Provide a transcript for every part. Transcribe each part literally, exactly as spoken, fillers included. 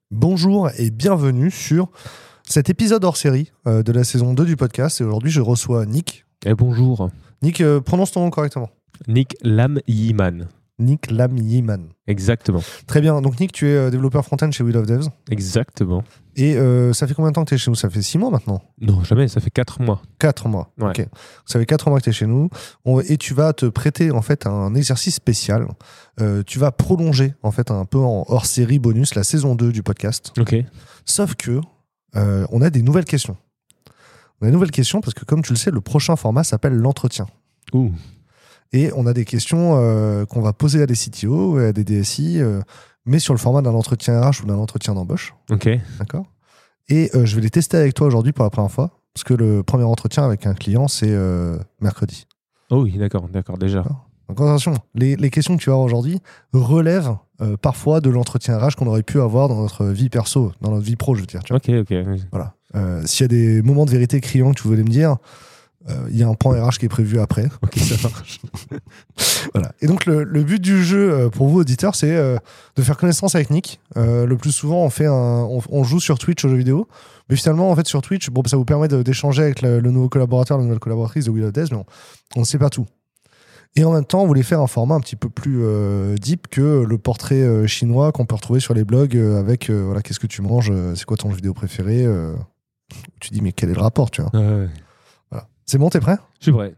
Bonjour et bienvenue sur cet épisode hors série euh, de la saison deux du podcast. Et aujourd'hui, je reçois Nick. Et bonjour. Nick, euh, prononce ton nom correctement. Nick Lam-Yiman. Nick Lam-Yiman. Exactement. Très bien. Donc, Nick, tu es euh, développeur front-end chez We Love Devs. Exactement. Et euh, ça fait combien de temps que tu es chez nous? Ça fait six mois maintenant? Non, jamais, ça fait quatre mois. quatre mois. Ouais. Ok. Ça fait quatre mois que tu es chez nous. On- et tu vas te prêter en fait à un exercice spécial. Euh, tu vas prolonger en fait un peu en hors série bonus la saison deux du podcast. Ok. Sauf que euh, on a des nouvelles questions. On a des nouvelles questions parce que, comme tu le sais, le prochain format s'appelle l'entretien. Ouh. Et on a des questions euh, qu'on va poser à des C T O, à des D S I, euh, mais sur le format d'un entretien R H ou d'un entretien d'embauche. Ok. D'accord. Et euh, je vais les tester avec toi aujourd'hui pour la première fois, parce que le premier entretien avec un client, c'est euh, mercredi. Oh oui, d'accord, d'accord, déjà. Donc attention, les, les questions que tu vas avoir aujourd'hui relèvent euh, parfois de l'entretien R H qu'on aurait pu avoir dans notre vie perso, dans notre vie pro, je veux dire. Tu vois. Ok, ok. Voilà. Euh, s'il y a des moments de vérité criants que tu voulais me dire, euh, il y a un point R H qui est prévu après. Ok, ça marche. Voilà. Et donc le, le but du jeu euh, pour vous auditeurs, c'est euh, de faire connaissance avec Nick. Euh, le plus souvent, on fait un, on, on joue sur Twitch aux jeux vidéo, mais finalement, en fait, sur Twitch, bon, ça vous permet de- d'échanger avec le, le nouveau collaborateur, la nouvelle collaboratrice de We Love Devs, mais on ne sait pas tout. Et en même temps, on voulait faire un format un petit peu plus euh, deep que le portrait euh, chinois qu'on peut retrouver sur les blogs euh, avec euh, voilà, qu'est-ce que tu manges, euh, c'est quoi ton jeu vidéo préféré. euh, tu dis mais quel est le rapport, tu vois. Ouais, ouais. Voilà. C'est bon, t'es prêt? Je suis prêt.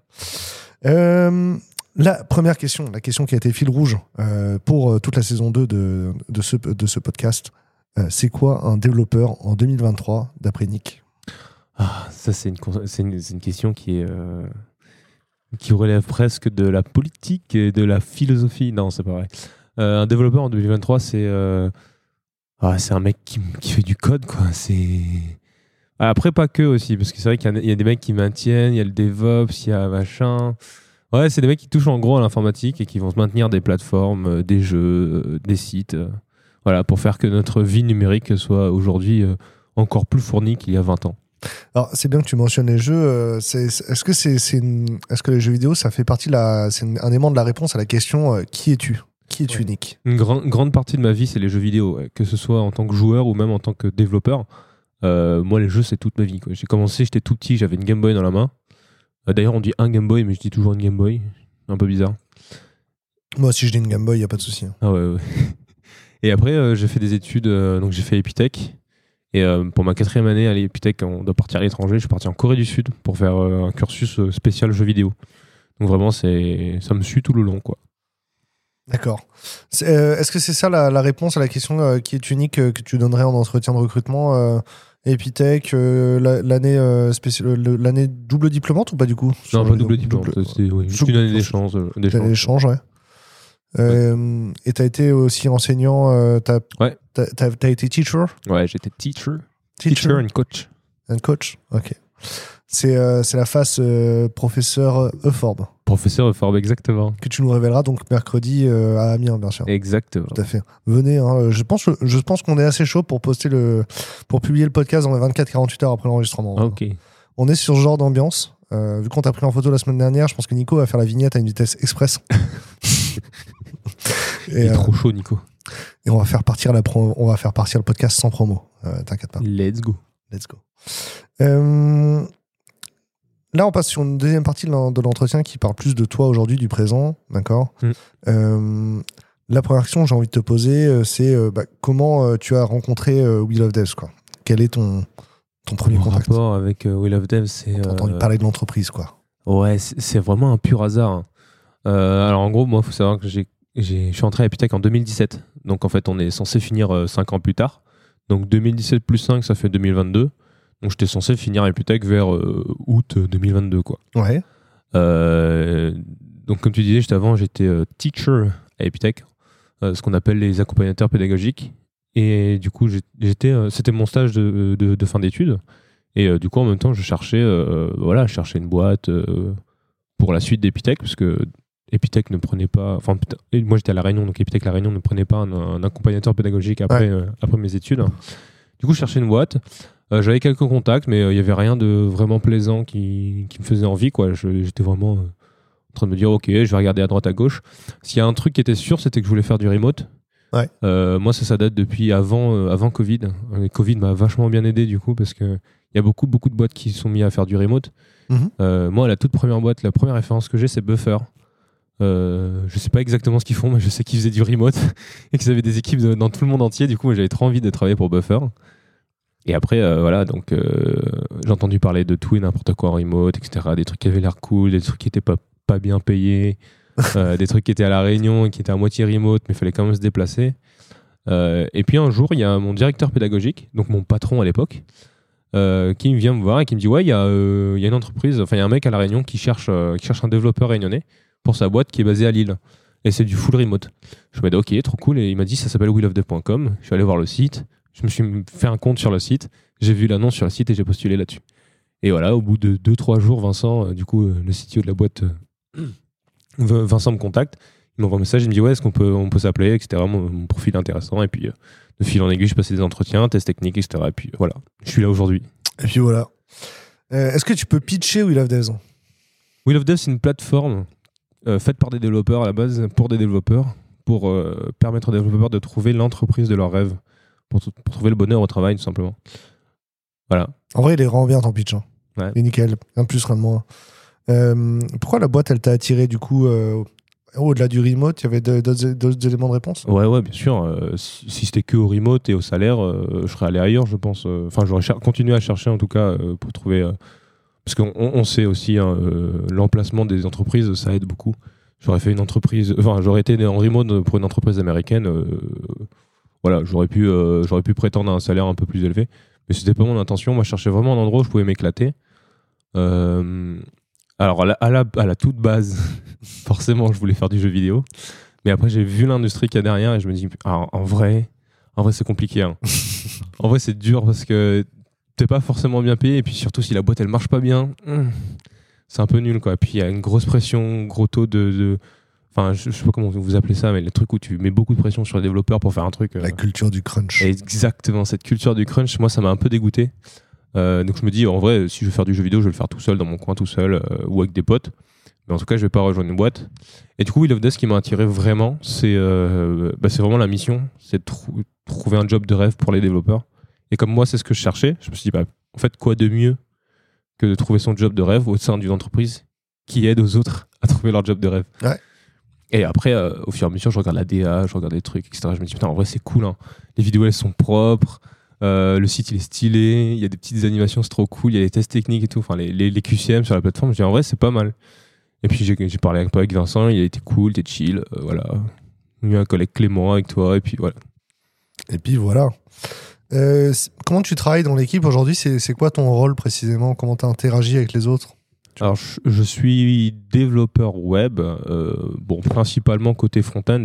Euh, la première question, la question qui a été fil rouge euh, pour euh, toute la saison deux de, de, ce, de ce podcast, euh, c'est quoi un développeur en deux mille vingt-trois d'après Nick? Ah, ça, c'est une, cons- c'est une, c'est une question qui est. euh, qui relève presque de la politique et de la philosophie. Non, c'est pas vrai. Euh, un développeur en deux mille vingt-trois, c'est. euh, Ah, c'est un mec qui, qui fait du code, quoi. C'est. Ah, après, pas que aussi, parce que c'est vrai qu'il y, en a- il y a des mecs qui maintiennent, il y a le DevOps, il y a machin. Ouais, c'est des mecs qui touchent en gros à l'informatique et qui vont se maintenir des plateformes, euh, des jeux, euh, des sites. euh, voilà, pour faire que notre vie numérique soit aujourd'hui euh, encore plus fournie qu'il y a vingt ans. Alors, c'est bien que tu mentionnes les jeux. euh, c'est- c'est- est-ce que c'est, c'est une- est-ce que les jeux vidéo, ça fait partie de la, c'est une- un élément de la réponse à la question euh, qui es-tu? Qui es-tu, Ouais. Nick? Une gran- grande partie de ma vie, c'est les jeux vidéo, ouais. Que ce soit en tant que joueur ou même en tant que développeur. Euh, moi, les jeux, c'est toute ma vie, quoi. J'ai commencé, j'étais tout petit, j'avais une Game Boy dans la main. Euh, D'ailleurs, on dit un Game Boy, mais je dis toujours une Game Boy. Un peu bizarre. Moi, si je dis une Game Boy, il n'y a pas de souci. Ah ouais, ouais. Et après, euh, j'ai fait des études, euh, donc j'ai fait Epitech. Et euh, pour ma quatrième année à l'Epitech, on doit partir à l'étranger. Je suis parti en Corée du Sud pour faire euh, un cursus euh, spécial jeux vidéo. Donc vraiment, c'est, ça me suit tout le long, quoi. D'accord. C'est, euh, est-ce que c'est ça la, la réponse à la question euh, qui est unique euh, que tu donnerais en entretien de recrutement euh, Epitech, euh, la- l'année, euh, spéci- le- l'année double diplômante ou pas du coup? Non, Sur pas le- double diplôme. double- ça, c'est, oui, juste double- une année d'échange. euh, T'as d'échange. l'échange, ouais. Euh, Et t'as été aussi enseignant, euh, t'as, Ouais. t'as, t'as- t'as été teacher? Ouais, j'étais teacher. Teacher and coach. and coach? Ok. C'est, euh, c'est la face euh, professeur Euforbe Professeur Forbes, exactement. que tu nous révéleras donc mercredi euh, à Amiens, bien sûr. Exactement. Tout à fait. Venez, hein, je pense, je pense qu'on est assez chaud pour poster le, pour publier le podcast dans les vingt-quatre à quarante-huit heures après l'enregistrement. Ah, ok. On est sur ce genre d'ambiance. Euh, vu qu'on t'a pris en photo la semaine dernière, je pense que Nico va faire la vignette à une vitesse express. Il et, est euh, trop chaud, Nico. et on va faire partir la pro- on va faire partir le podcast sans promo. Euh, t'inquiète pas. Let's go. Let's go. Euh, Là, on passe sur une deuxième partie de l'en- de l'entretien qui parle plus de toi aujourd'hui, du présent. D'accord. Mm. Euh, la première question que j'ai envie de te poser, euh, c'est euh, bah, comment euh, tu as rencontré euh, We Love Devs, quoi. Quel est ton, ton premier Mon contact? rapport avec euh, We Love Dev, c'est. T'as entendu euh, parler de l'entreprise, quoi. Ouais, c'est c'est vraiment un pur hasard. hein. Euh, alors en gros, moi, il faut savoir que j'ai, j'ai, je suis entré à Epitech en deux mille dix-sept. Donc en fait, on est censé finir cinq ans plus tard. Donc deux mille dix-sept plus cinq, ça fait deux mille vingt-deux. Donc j'étais censé finir à Epitech vers euh, août deux mille vingt-deux, quoi. Ouais. Euh, donc comme tu disais juste avant, j'étais euh, teacher à Epitech, euh, ce qu'on appelle les accompagnateurs pédagogiques. Et du coup, j'ai- j'étais, euh, c'était mon stage de, de, de fin d'études. Et euh, du coup, en même temps, je cherchais, euh, voilà, je cherchais une boîte euh, pour la suite d'Epitech, parce que Epitech ne prenait pas... Enfin, putain, et moi, j'étais à La Réunion, donc Epitech La Réunion ne prenait pas un, un accompagnateur pédagogique après, Ouais. euh, après mes études. Du coup, je cherchais une boîte. Euh, j'avais quelques contacts, mais il euh, n'y avait rien de vraiment plaisant qui, qui me faisait envie, quoi. Je- j'étais vraiment euh, en train de me dire, ok, je vais regarder à droite, à gauche. S'il y a un truc qui était sûr, c'était que je voulais faire du remote. Ouais. Euh, moi, ça, ça date depuis avant, euh, avant Covid. Le Covid m'a vachement bien aidé du coup parce que il y a beaucoup, beaucoup de boîtes qui sont mis à faire du remote. Mhm. Euh, moi, la toute première boîte, la première référence que j'ai, c'est Buffer. Euh, je sais pas exactement ce qu'ils font, mais je sais qu'ils faisaient du remote et qu'ils avaient des équipes de- dans tout le monde entier. Du coup, moi, j'avais trop envie de travailler pour Buffer. Et après, euh, voilà, donc euh, j'ai entendu parler de tout et n'importe quoi en remote, et cetera. Des trucs qui avaient l'air cool, des trucs qui étaient pas, pas bien payés, euh, des trucs qui étaient à La Réunion et qui étaient à moitié remote, mais il fallait quand même se déplacer. Euh, et puis un jour, il y a mon directeur pédagogique, donc mon patron à l'époque, euh, qui vient me voir et qui me dit ouais, il y, a, euh, il y a une entreprise, enfin il y a un mec à La Réunion qui cherche, euh, qui cherche un développeur réunionnais pour sa boîte qui est basée à Lille. Et c'est du full remote. Je me dis ok, trop cool. Et il m'a dit ça s'appelle we love dev point com. Je suis allé voir le site. Je me suis fait un compte sur le site. J'ai vu l'annonce sur le site et j'ai postulé là-dessus. Et voilà, au bout de deux trois jours, Vincent, euh, du coup, euh, le C T O de la boîte, euh, Vincent me contacte. Il m'envoie un message, il me dit ouais, est-ce qu'on peut, on peut s'appeler, et cetera. Mon, mon profil est intéressant. Et puis, euh, de fil en aiguille, je passais des entretiens, tests techniques, et cetera. Et puis voilà, je suis là aujourd'hui. Et puis voilà. Euh, Est-ce que tu peux pitcher We Love Devs? We Love Dev, c'est une plateforme euh, faite par des développeurs à la base, pour des développeurs, pour euh, permettre aux développeurs de trouver l'entreprise de leurs rêves, pour, t- pour trouver le bonheur au travail, tout simplement. Voilà. En vrai, il est vraiment bien ton pitch. Hein. Ouais. Il est nickel. Un de plus, rien de moins. Euh, pourquoi la boîte, elle t'a attiré du coup euh, au-delà du remote? Il y avait de- d'autres d'autres éléments de réponse? Ouais, ouais, bien sûr. Euh, si si c'était que au remote et au salaire, euh, je serais allé ailleurs, je pense. Enfin, j'aurais cher- continué à chercher, en tout cas, euh, pour trouver... euh, parce qu'on on on sait aussi, hein, euh, l'emplacement des entreprises, ça aide beaucoup. J'aurais fait une entreprise... Enfin, j'aurais été en remote pour une entreprise américaine. euh, voilà, j'aurais pu, euh, j'aurais pu prétendre à un salaire un peu plus élevé. Mais c'était pas mon intention. Moi, je cherchais vraiment un endroit où je pouvais m'éclater. Euh, alors, à la, à, la, à la toute base, forcément, je voulais faire du jeu vidéo. Mais après, j'ai vu l'industrie qu'il y a derrière et je me dis, ah, en vrai, en vrai, c'est compliqué. Hein. En vrai, c'est dur parce que t'es pas forcément bien payé. Et puis surtout, si la boîte, elle marche pas bien, hum, c'est un peu nul, quoi. Et puis, il y a une grosse pression, gros taux de... de... Enfin, je, je sais pas comment vous appelez ça, mais les trucs où tu mets beaucoup de pression sur les développeurs pour faire un truc. euh, La culture du crunch. Exactement, cette culture du crunch, moi, ça m'a un peu dégoûté. Euh, donc je me dis, en vrai, si je veux faire du jeu vidéo, je vais le faire tout seul, dans mon coin tout seul, euh, ou avec des potes. Mais en tout cas, je vais pas rejoindre une boîte. Et du coup, We Love Dev, ce qui m'a attiré vraiment, c'est euh, bah, c'est vraiment la mission, c'est de trou- trouver un job de rêve pour les développeurs. Et comme moi, c'est ce que je cherchais, je me suis dit, bah, en fait, quoi de mieux que de trouver son job de rêve au sein d'une entreprise qui aide aux autres à trouver leur job de rêve. Ouais. Et après, euh, au fur et à mesure, je regarde la D A, je regarde des trucs, et cetera. Je me dis, putain, en vrai, c'est cool. Hein. Les vidéos, elles sont propres. Euh, le site, il est stylé. Il y a des petites animations, c'est trop cool. Il y a des tests techniques et tout. Enfin, les, les, les Q C M sur la plateforme, je dis, en vrai, c'est pas mal. Et puis, j'ai, j'ai parlé un peu avec Vincent. Il a été cool, il était chill. Euh, voilà. Il y a eu un collègue Clément avec toi. Et puis, voilà. Et puis voilà. Euh, c- comment tu travailles dans l'équipe aujourd'hui? C'est c'est quoi ton rôle précisément? Comment tu interagis avec les autres? Alors, je, je suis développeur web, euh, bon, principalement côté front-end.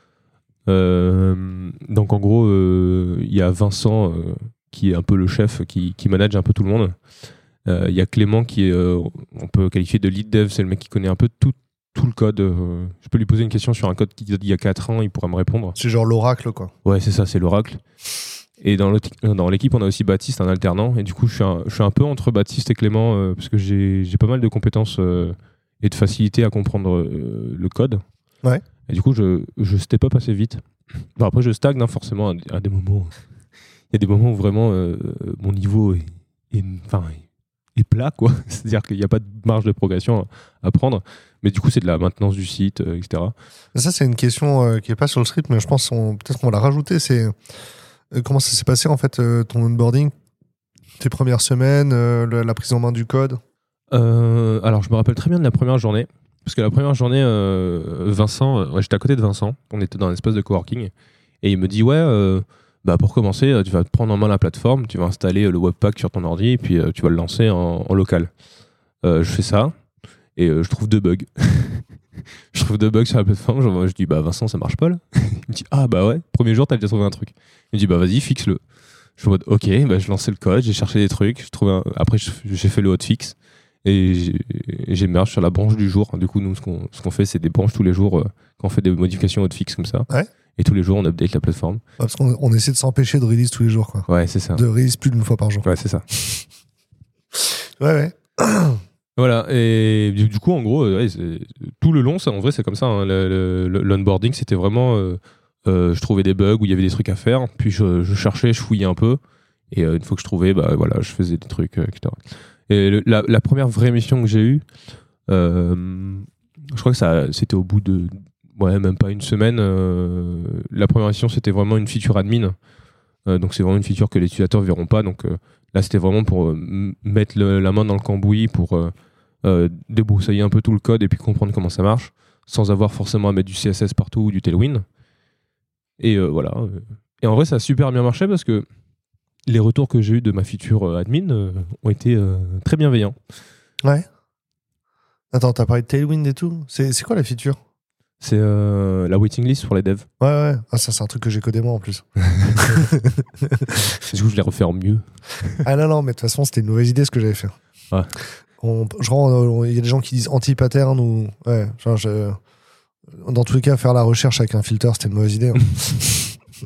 Euh, donc, en gros, euh, il y a Vincent, euh, qui est un peu le chef, qui, qui manage un peu tout le monde. Euh, Il y a Clément, qui est, euh, on peut qualifier de lead dev, c'est le mec qui connaît un peu tout, tout le code. Euh, je peux lui poser une question sur un code qui date d'il y a quatre ans, il pourra me répondre. C'est genre l'oracle, quoi. Ouais, c'est ça, c'est l'oracle. Et dans, l'autre- dans l'équipe, on a aussi Baptiste, un alternant. Et du coup, je suis un, je suis un peu entre Baptiste et Clément euh, parce que j'ai, j'ai pas mal de compétences euh, et de facilité à comprendre euh, le code. Ouais. Et du coup, je, je step up assez vite. Bon, après, je stagne hein, forcément à, à des moments. Il y a des moments où vraiment euh, mon niveau est, est, enfin, est plat, quoi. C'est-à-dire qu'il n'y a pas de marge de progression à, à prendre. Mais du coup, c'est de la maintenance du site, euh, et cetera. Ça, c'est une question euh, qui est pas sur le script, mais je pense qu'on- peut-être qu'on va la rajouter. C'est euh, comment ça s'est passé en fait euh, ton onboarding, tes premières semaines, euh, la, la prise en main du code. Euh, alors, je me rappelle très bien de la première journée. Parce que la première journée, euh, Vincent, euh, ouais, j'étais à côté de Vincent. On était dans un espace de coworking. Et il me dit, ouais, euh, bah pour commencer, euh, tu vas te prendre en main la plateforme, tu vas installer euh, le Webpack sur ton ordi, et puis euh, tu vas le lancer en, en local. Euh, je fais ça, et euh, je trouve deux bugs. Je trouve deux bugs sur la plateforme. Je, je dis, bah Vincent, ça marche pas là. Il me dit, ah bah ouais, premier jour, t'as déjà trouvé un truc. Il me dit, bah vas-y, fixe-le. Je suis en mode, ok, bah, je lançais le code, j'ai cherché des trucs, je trouvais un... après je- j'ai fait le hotfix et j'ai- j'ai merge sur la branche du jour. Du coup, nous, ce qu'on ce qu'on fait, c'est des branches tous les jours euh, quand on fait des modifications hotfix comme ça. Ouais. Et tous les jours, on update la plateforme. Ouais, parce qu'on on essaie de s'empêcher de release tous les jours, quoi. Ouais, c'est ça. De release plus d'une fois par jour. Ouais, c'est ça. Ouais, ouais. Voilà, et du, du coup, en gros, euh, ouais, c'est- tout le long, ça, en vrai, c'est comme ça. Hein. Le- le- le- L'onboarding, c'était vraiment euh, Euh, je trouvais des bugs où il y avait des trucs à faire, puis je, je cherchais, je fouillais un peu, et euh, une fois que je trouvais, bah voilà, je faisais des trucs, euh, et cetera. Et le, la, la première vraie mission que j'ai eue, euh, je crois que ça, c'était au bout de, ouais, même pas une semaine. Euh, la première mission, c'était vraiment une feature admin, euh, donc c'est vraiment une feature que les utilisateurs verront pas. Donc euh, là, c'était vraiment pour euh, m- mettre le, la main dans le cambouis, pour euh, euh, débroussailler un peu tout le code et puis comprendre comment ça marche, sans avoir forcément à mettre du C S S partout ou du Tailwind. Et euh, voilà. Et en vrai, ça a super bien marché parce que les retours que j'ai eu de ma feature euh, admin euh, ont été euh, très bienveillants. Ouais. Attends, t'as parlé de Tailwind et tout. C'est, c'est quoi la feature? C'est euh, la waiting list pour les devs. Ouais, ouais. Ah, ça, c'est un truc que j'ai codé moi en plus. Du coup, je l'ai refait en mieux. Ah non, non, mais de toute façon, c'était une mauvaise idée ce que j'avais fait. Ouais. On, je rends, il y a des gens qui disent anti-pattern ou. Ouais, genre, je, dans tous les cas, faire la recherche avec un filter, c'était une mauvaise idée. Hein.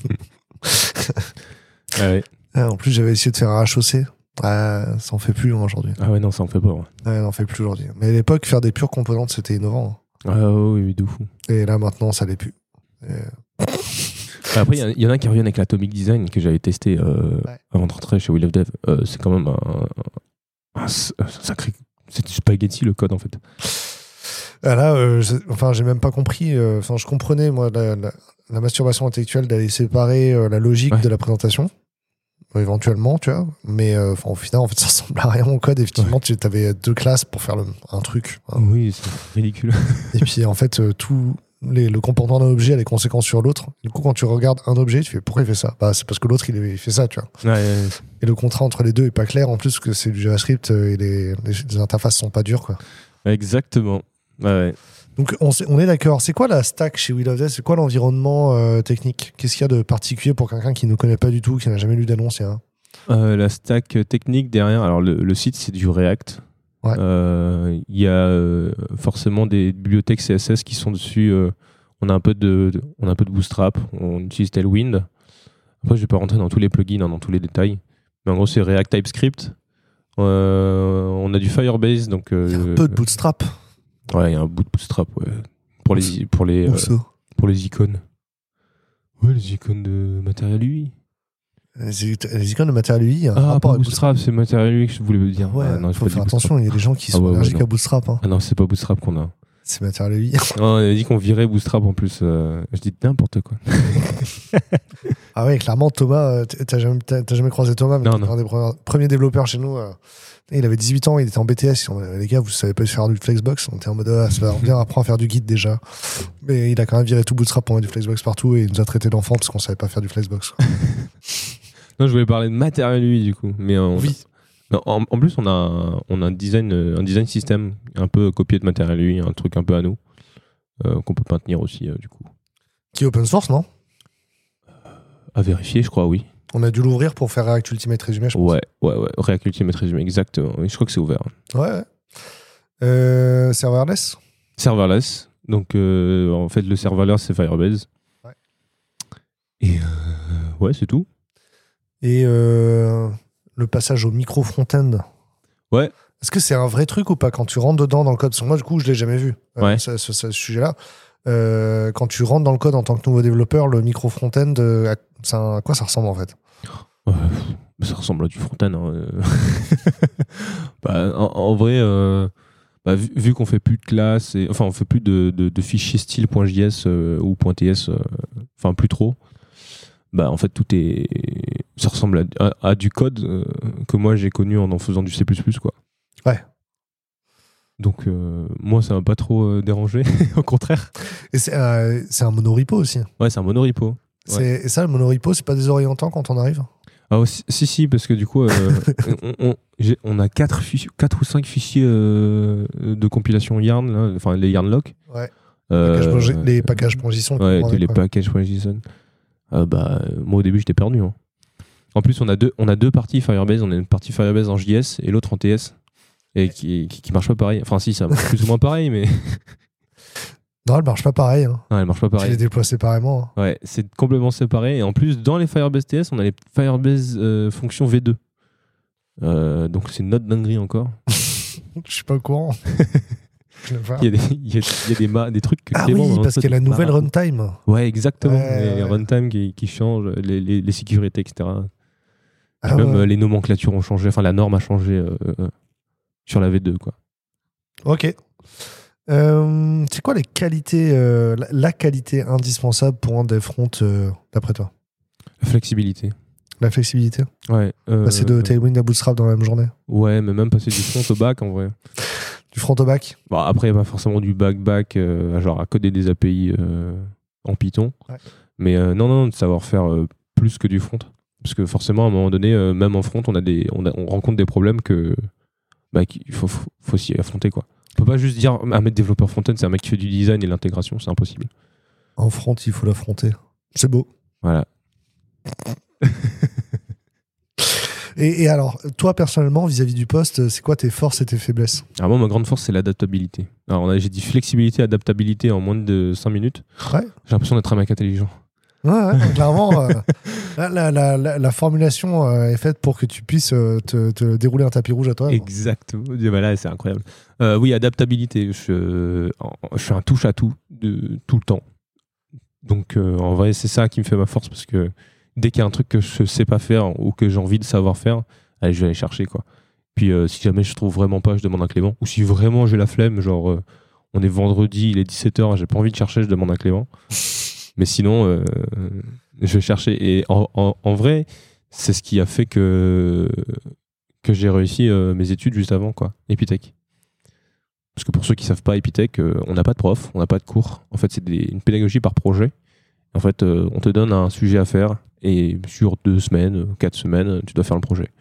Ah ouais. Ah, en plus, j'avais essayé de faire un H O C. Ah, ça en fait plus hein, aujourd'hui. Ah ouais, non, ça en fait pas. Ouais. Ouais, ça en fait plus aujourd'hui. Mais à l'époque, faire des pures composantes, c'était innovant. Hein. Ah oui, oui, de fou. Et là, maintenant, ça l'est plus. Et... Après, il y, y en a qui reviennent avec l'Atomic Design que j'avais testé euh, ouais. avant de rentrer chez Will of Dev. Euh, c'est quand même un, un, un sacré. C'est du spaghetti le code en fait. Ah là, euh, enfin, j'ai même pas compris. Enfin, euh, je comprenais moi la, la, la masturbation intellectuelle d'aller séparer euh, la logique ouais. de la présentation, euh, éventuellement, tu vois. Mais euh, au final, en fait, ça ressemble à rien au code. Effectivement, ouais. tu avais deux classes pour faire le, un truc. Hein. Oui, c'est ridicule. Et puis en fait, euh, tout. Les, le comportement d'un objet a des conséquences sur l'autre. Du coup, quand tu regardes un objet, tu fais pourquoi il fait ça? Bah, c'est parce que l'autre il, il fait ça, tu vois. Ouais, ouais, ouais. Et le contrat entre les deux est pas clair en plus que c'est du JavaScript et les, les, les interfaces sont pas dures, quoi. Exactement. Ouais, ouais. Donc on, on est d'accord. C'est quoi la stack chez Will of Dev? C'est quoi l'environnement euh, technique? Qu'est-ce qu'il y a de particulier pour quelqu'un qui ne connaît pas du tout, qui n'a jamais lu d'annonce? Hein euh, la stack technique derrière. Alors le, le site c'est du React. Il ouais. euh, y a euh, forcément des bibliothèques C S S qui sont dessus. Euh, on a un peu de, de, on a un peu de Bootstrap. On utilise Tailwind. Après, je vais pas rentrer dans tous les plugins, hein, dans tous les détails. Mais en gros, c'est React TypeScript. Euh, on a du Firebase, donc. Euh, il y a un peu de Bootstrap. Ouais, il y a un bout de Bootstrap, ouais. Pour les, pour les, euh, pour les icônes. Ouais, les icônes de Material U I. Les, les icônes de Material U I, il y a un ah, rapport pas avec Bootstrap, Bootstrap, c'est Material U I que je voulais dire. Ouais, ah, non, il faut faire attention, il y a des gens qui sont ah, ouais, allergiques ouais, à Bootstrap. Hein. Ah non, c'est pas Bootstrap qu'on a. C'est Material U I. Non, on avait dit qu'on virait Bootstrap en plus. Euh, je dis n'importe quoi. Ah ouais, clairement, Thomas, t'as jamais, t'as, t'as jamais croisé Thomas, mais non, t'es un des premiers, premiers développeurs chez nous. Euh, il avait dix-huit ans, il était en B T S. On, les gars, vous savez pas faire du Flexbox? On était en mode, ah, ça va bien, apprendre à faire du Git déjà. Mais il a quand même viré tout Bootstrap pour mettre du Flexbox partout et il nous a traité d'enfants parce qu'on savait pas faire du Flexbox. Non, je voulais parler de Material U I du coup. Mais on... Oui. Non, en, en plus, on a, on a un, design, un design system un peu copié de Material U I, un truc un peu à nous, euh, qu'on peut maintenir aussi, euh, du coup. Qui est open source, non? À vérifier, je crois, oui. On a dû l'ouvrir pour faire React Ultimate Resume, je pense. Ouais, ouais, ouais. React Ultimate Resume, exactement. Je crois que c'est ouvert. Ouais, ouais. Euh, serverless? Serverless. Donc, euh, en fait, le serverless, c'est Firebase. Ouais. Et euh, ouais, c'est tout. Et euh, le passage au micro front-end. Ouais. Est-ce que c'est un vrai truc ou pas quand tu rentres dedans dans le code? Parce que moi, du coup, je l'ai jamais vu, euh, ouais. ce, ce, ce sujet-là. Euh, quand tu rentres dans le code en tant que nouveau développeur, le micro front-end, euh, à, à quoi ça ressemble en fait? euh, Ça ressemble à du front-end. Hein. bah, en, en vrai, euh, bah, vu, vu qu'on fait plus de classes, et, enfin on fait plus de, de, de fichiers style.js euh, ou .ts, euh, enfin plus trop. Bah en fait tout est, ça ressemble à, à, à du code euh, que moi j'ai connu en en faisant du C plus plus quoi. Ouais. Donc euh, moi ça m'a pas trop euh, dérangé, au contraire. Et c'est, euh, c'est un monorepo aussi. Ouais, c'est un monorepo. C'est, ouais. Et ça, le monorepo, c'est pas désorientant quand on arrive? Ah si, si, si, parce que du coup, euh, on, on, j'ai, on a quatre ou cinq fichiers euh, de compilation Yarn, là, enfin les YarnLock. Ouais. Euh, les packages.json. Ouais, les packages.json. Euh, bah, moi au début j'étais perdu. Hein. En plus, on a deux, on a deux parties Firebase. On a une partie Firebase en J S et l'autre en T S. Et qui, qui, qui marche pas pareil. Enfin, si, ça marche plus ou moins pareil, mais. Non, elle marche pas pareil. Hein. Non, elle marche pas pareil. Tu les déploies séparément. Hein. Ouais, c'est complètement séparé. Et en plus, dans les Firebase T S, on a les Firebase euh, fonctions V deux. Euh, donc, c'est une autre dinguerie encore. Je suis pas au courant. Il y a des, il y a, il y a des, ma- des trucs que Ah Clément, oui, dans parce notre qu'il y a la truc, nouvelle marre. runtime. Ouais, exactement. Ouais, les ouais. runtime qui, qui changent, les, les, les sécurités, et cetera. Puis Ah même ouais. euh, les nomenclatures ont changé, enfin la norme a changé euh, euh, sur la V deux, quoi. Ok. Euh, c'est quoi les qualités, euh, la, la qualité indispensable pour un dev front, euh, d'après toi? La flexibilité. La flexibilité. Ouais. euh, Passer de Tailwind à Bootstrap dans la même journée. Ouais, mais même passer du front au back en vrai. Du front au back. Bon, après, il n'y a pas forcément du back-back, euh, genre à coder des A P I euh, en Python. Ouais. Mais euh, non, non, de savoir faire euh, plus que du front. Parce que forcément, à un moment donné, euh, même en front, on, a des, on, a- on rencontre des problèmes que bah, qu'il faut, faut, faut s'y affronter, quoi. On peut pas juste dire un mec développeur front-end, c'est un mec qui fait du design et de l'intégration, c'est impossible. En front, il faut l'affronter. C'est beau. Voilà. Et, et alors, toi personnellement, vis-à-vis du poste, c'est quoi tes forces et tes faiblesses? Alors moi, ma grande force, c'est l'adaptabilité. Alors on a- j'ai dit flexibilité, adaptabilité en moins de cinq minutes. Ouais. J'ai l'impression d'être un mec intelligent. Ouais, ouais, clairement, euh, la, la, la, la, la formulation euh, est faite pour que tu puisses euh, te, te dérouler un tapis rouge à toi. Exactement. Voilà, c'est incroyable. Euh, oui, adaptabilité. Je, en- je suis un touche à tout, de, tout le temps. Donc euh, en vrai, c'est ça qui me fait ma force parce que dès qu'il y a un truc que je sais pas faire ou que j'ai envie de savoir faire, allez, je vais aller chercher, quoi. Puis euh, si jamais je trouve vraiment pas, je demande un Clément. Ou si vraiment j'ai la flemme, genre euh, on est vendredi, il est dix-sept heures, j'ai pas envie de chercher, je demande un Clément. Mais sinon, euh, je vais chercher. Et en, en, en vrai, c'est ce qui a fait que, que j'ai réussi euh, mes études juste avant, quoi. Epitech. Parce que pour ceux qui savent pas, Epitech, euh, on n'a pas de prof, on n'a pas de cours. En fait, c'est des, une pédagogie par projet. En fait, euh, on te donne un sujet à faire et sur deux semaines, quatre semaines, tu dois faire le projet.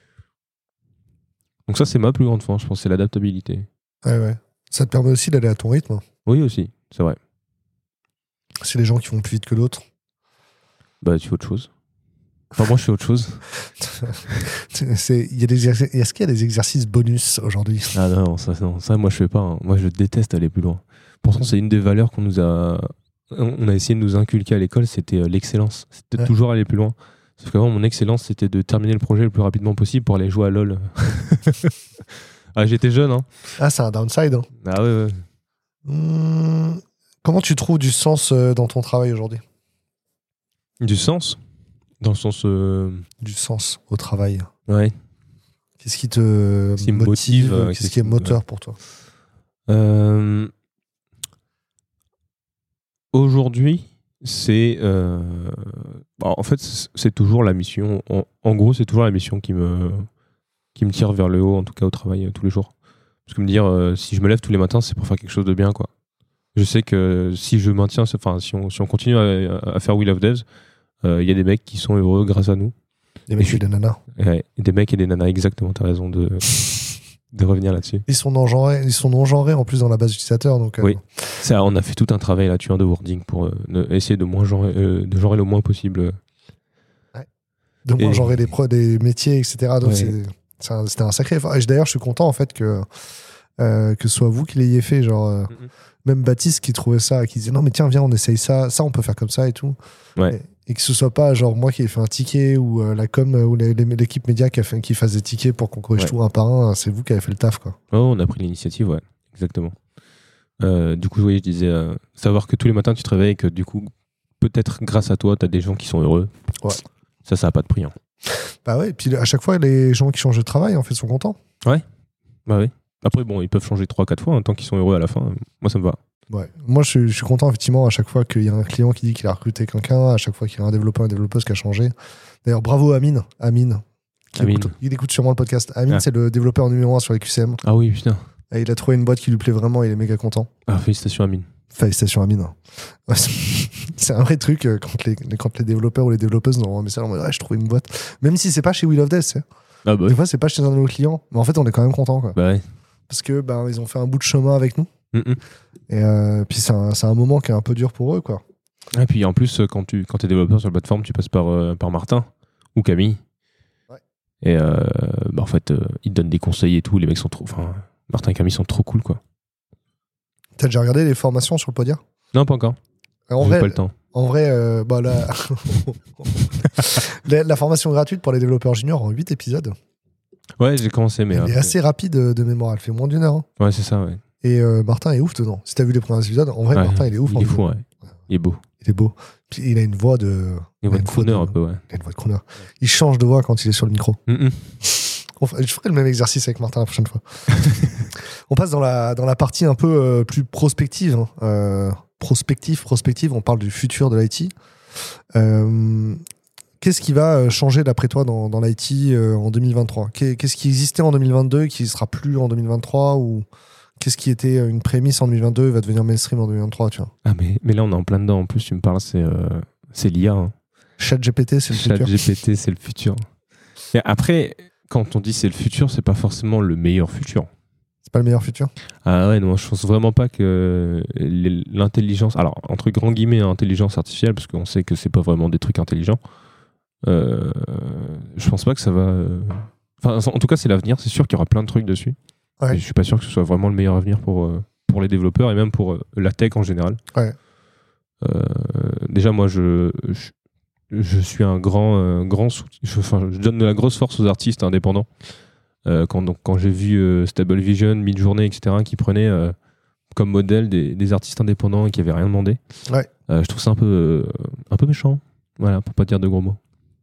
Donc ça, c'est ma plus grande force, je pense, c'est l'adaptabilité. Ouais, ouais. Ça te permet aussi d'aller à ton rythme. Oui, aussi, c'est vrai. C'est les gens qui vont plus vite que d'autres. Bah, tu fais autre chose. Enfin, moi, je fais autre chose. C'est- il y a des exercices- Est-ce qu'il y a des exercices bonus aujourd'hui? Ah non, ça, non, ça, moi, je fais pas. Hein. Moi, je déteste aller plus loin. Pourtant, c'est une des valeurs qu'on nous a... On a essayé de nous inculquer à l'école, c'était euh, l'excellence. C'était Ouais. toujours aller plus loin. Sauf qu'avant, mon excellence, c'était de terminer le projet le plus rapidement possible pour aller jouer à LoL. Ah, j'étais jeune, hein. Ah, c'est un downside. Hein. Ah ouais, ouais. Hum, comment tu trouves du sens euh, dans ton travail aujourd'hui? Du sens. Dans le sens... euh, Du sens au travail. Ouais. Qu'est-ce qui te Qui me motive? motive, euh, Qu'est-ce qu'est-ce qui est qui me- moteur pour toi? Euh, Aujourd'hui, c'est... euh, bah, en fait, c'est c'est toujours la mission... En, en gros, c'est toujours la mission qui me, qui me tire vers le haut, en tout cas au travail, euh, tous les jours. Parce que me dire, euh, si je me lève tous les matins, c'est pour faire quelque chose de bien, quoi. Je sais que si je maintiens... Enfin, si on, si on continue à, à faire We Love Devs, il euh, y a des mecs qui sont heureux grâce à nous. Des mecs Et je- et des nanas. Ouais, des mecs et des nanas, exactement, t'as raison de, de revenir là-dessus. Ils sont non genrés, ils sont non genrés en plus dans la base utilisateur. Donc, euh, Oui. Ça, on a fait tout un travail là-dessus hein, de wording pour euh, ne- essayer de, moins genrer, euh, de genrer le moins possible. de moins Et- genrer des, pro- des métiers, et cetera. Donc Ouais. c'est- c'est un- c'était un sacré effort. Et d'ailleurs, je suis content en fait que, euh, que ce soit vous qui l'ayez fait. Genre, euh, Mhm. même Baptiste qui trouvait ça, qui disait non, mais tiens, viens, on essaye ça, ça, on peut faire comme ça et tout. Ouais. Et, et que ce soit pas genre moi qui ai fait un ticket ou euh, la com euh, ou les- les- l'équipe média qui, a fait, qui fasse des tickets pour qu'on corrige Ouais. tout un par un. C'est vous qui avez fait le taf, quoi. Oh, on a pris l'initiative, ouais, exactement. Euh, du coup, oui, je disais, euh, savoir que tous les matins tu te réveilles et que du coup, peut-être grâce à toi, t'as des gens qui sont heureux. Ouais. Ça, ça n'a pas de prix. Hein. Bah ouais, et puis à chaque fois, les gens qui changent de travail, en fait, sont contents. Bah oui. Après, bon, ils peuvent changer trois quatre fois, hein, tant qu'ils sont heureux à la fin. euh, Moi, ça me va. Ouais. Moi, je, suis- je suis content, effectivement, à chaque fois qu'il y a un client qui dit qu'il a recruté quelqu'un, à chaque fois qu'il y a un développeur, une développeuse qui a changé. D'ailleurs, bravo à Amine. Amine. Qui Amine. Écoute, il écoute sûrement le podcast. Amine, Ah. c'est le développeur numéro un sur les Q C M. Ah oui, putain. Et il a trouvé une boîte qui lui plaît vraiment, il est méga content. Ah, félicitations, Amine. Félicitations, Amine. Ouais, c'est c'est un vrai truc euh, quand les, quand les développeurs ou les développeuses nous envoient un message en mode ouais, je trouve une boîte. Même si c'est pas chez We Love Devs, tu sais. Ah bah Des fois, c'est pas chez un de nos clients. Mais en fait, on est quand même content, quoi. Bah ouais. Parce que ben, ils ont fait un bout de chemin avec nous. Mm-mm. Et euh, puis, c'est un, c'est un moment qui est un peu dur pour eux, quoi. Et puis en plus, euh, quand tu quand es développeur sur la plateforme, tu passes par, euh, par Martin ou Camille. Ouais. Et euh, bah, en fait, euh, ils te donnent des conseils et tout. Les mecs sont trop. Enfin, Martin et Camille sont trop cool, quoi. T'as déjà regardé les formations sur le Podia? Non, pas encore. En J'ai vrai, pas le temps. en vrai euh, bah, la... la, la formation gratuite pour les développeurs juniors en huit épisodes, Ouais, j'ai commencé, mais. elle après- est assez rapide de mémoire. Elle fait moins d'une heure. Hein. Ouais, c'est ça, ouais. Et euh, Martin est ouf dedans. Si t'as vu les premiers épisodes, en vrai, Ouais, Martin, il est ouf. Il est fou, ouais. Il est beau. Il est beau. Puis il a une voix de. Il a une crooner un peu, ouais. Il a une voix de crooner. Il change de voix quand il est sur le micro. Mm-mm. Je ferai le même exercice avec Martin la prochaine fois. On passe dans la, dans la partie un peu euh, plus prospective. Hein. Euh, prospective, prospective. On parle du futur de l'I T. Euh, qu'est-ce qui va changer d'après toi dans, dans l'I T euh, en deux mille vingt-trois ? Qu'est-ce qui existait en deux mille vingt-deux et qui ne sera plus en deux mille vingt-trois ou qu'est-ce qui était une prémisse en deux mille vingt-deux et va devenir mainstream en deux mille vingt-trois, tu vois ? Ah, mais, mais là, on est en plein dedans. En plus, tu me parles, c'est, euh, c'est l'I A. Hein. ChatGPT, c'est le futur. ChatGPT, c'est le futur. Et après, quand on dit c'est le futur, c'est pas forcément le meilleur futur. C'est pas le meilleur futur ? Ah ouais, non, je pense vraiment pas que l'intelligence, alors entre grands guillemets, intelligence artificielle, parce qu'on sait que c'est pas vraiment des trucs intelligents, euh, je pense pas que ça va. Euh... Enfin, en tout cas, c'est l'avenir. C'est sûr qu'il y aura plein de trucs dessus. Ouais. Mais je suis pas sûr que ce soit vraiment le meilleur avenir pour, euh, pour les développeurs et même pour euh, la tech en général. Ouais. Euh, déjà, moi, je, je, je suis un grand, euh, grand soutien. Je, enfin, je donne de la grosse force aux artistes indépendants. Euh, quand, donc, quand j'ai vu euh, Stable Vision, Midjourney, et cetera, qui prenaient euh, comme modèle des, des artistes indépendants et qui n'avaient rien demandé, ouais. euh, je trouve ça un peu, euh, un peu méchant. Voilà, pour pas dire de gros mots.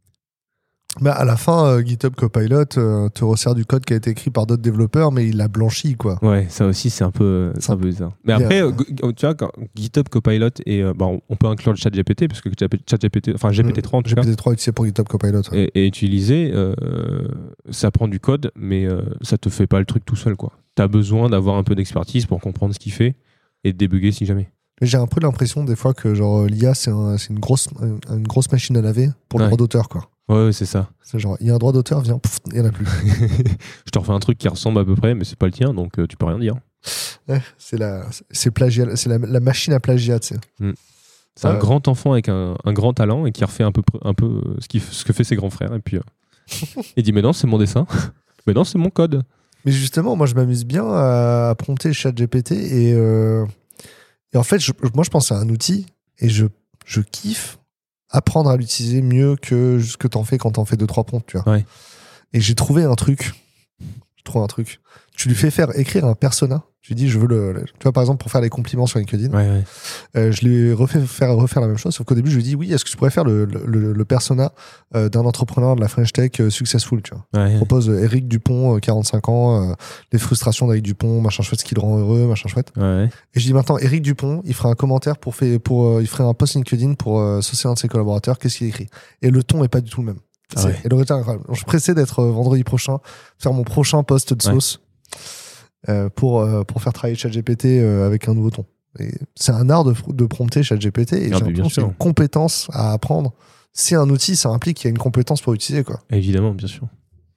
Bah à la fin, euh, GitHub Copilot euh, te resserre du code qui a été écrit par d'autres développeurs, mais il l'a blanchi, quoi. Ouais, ça aussi, c'est un peu, c'est un peu bizarre. Mais après, yeah. euh, tu vois, quand GitHub Copilot, et, euh, bah, on peut inclure le ChatGPT, parce que ChatGPT, enfin G P T trois en tout G P T cas, trois utilisé pour GitHub Copilot. Ouais. Et, et utilisé, euh, ça prend du code, mais euh, ça te fait pas le truc tout seul, quoi. T'as besoin d'avoir un peu d'expertise pour comprendre ce qu'il fait et de débugger si jamais. Mais j'ai un peu l'impression des fois que genre l'I A c'est, un, c'est une grosse une grosse machine à laver pour le ouais. droit d'auteur, quoi. Ouais, ouais, c'est ça. C'est genre, il y a un droit d'auteur, viens, pouf, il n'y en a plus. Je te refais un truc qui ressemble à peu près, mais c'est pas le tien, donc euh, tu peux rien dire. Ouais, c'est la, c'est plagiat, c'est la, la machine à plagiat, tu sais. Mm. C'est ouais. un grand enfant avec un, un grand talent et qui refait un peu, un peu ce, qui, ce que fait ses grands frères. Et puis, euh, il dit, mais non, c'est mon dessin. Mais non, c'est mon code. Mais justement, moi, je m'amuse bien à prompter ChatGPT et, euh, et en fait, je, moi, je pense à un outil et je, je kiffe apprendre à l'utiliser mieux que ce que t'en fais quand t'en fais deux trois prompts, tu vois. Ouais. Et j'ai trouvé un truc. Je trouve un truc. Tu lui fais faire écrire un persona. Tu lui dis, je veux le, le. Tu vois, par exemple, pour faire les compliments sur LinkedIn, ouais, ouais. Euh, je lui ai refait faire, refaire la même chose, sauf qu'au début, je lui ai dit, oui, est-ce que tu pourrais faire le, le, le persona euh, d'un entrepreneur de la French Tech euh, successful, tu vois. Ouais, je propose euh, Eric Dupont, euh, quarante-cinq ans, euh, les frustrations d'Eric Dupont, machin chouette, ce qui le rend heureux, machin chouette. Ouais. Et je dis maintenant, Eric Dupont, il fera un commentaire pour, fait, pour euh, il ferait un post LinkedIn pour euh, saucer un de ses collaborateurs, qu'est-ce qu'il écrit. Et le ton est pas du tout le même. Ah ouais. Et le résultat est incroyable. Je suis pressé d'être euh, vendredi prochain, faire mon prochain post de sauce. Ouais. Euh, pour, euh, pour faire travailler ChatGPT euh, avec un nouveau ton. Et c'est un art de, de prompter ChatGPT et ah, j'ai l'impression que c'est une compétence à apprendre. C'est un outil, ça implique qu'il y a une compétence pour l'utiliser, quoi. Évidemment, bien sûr.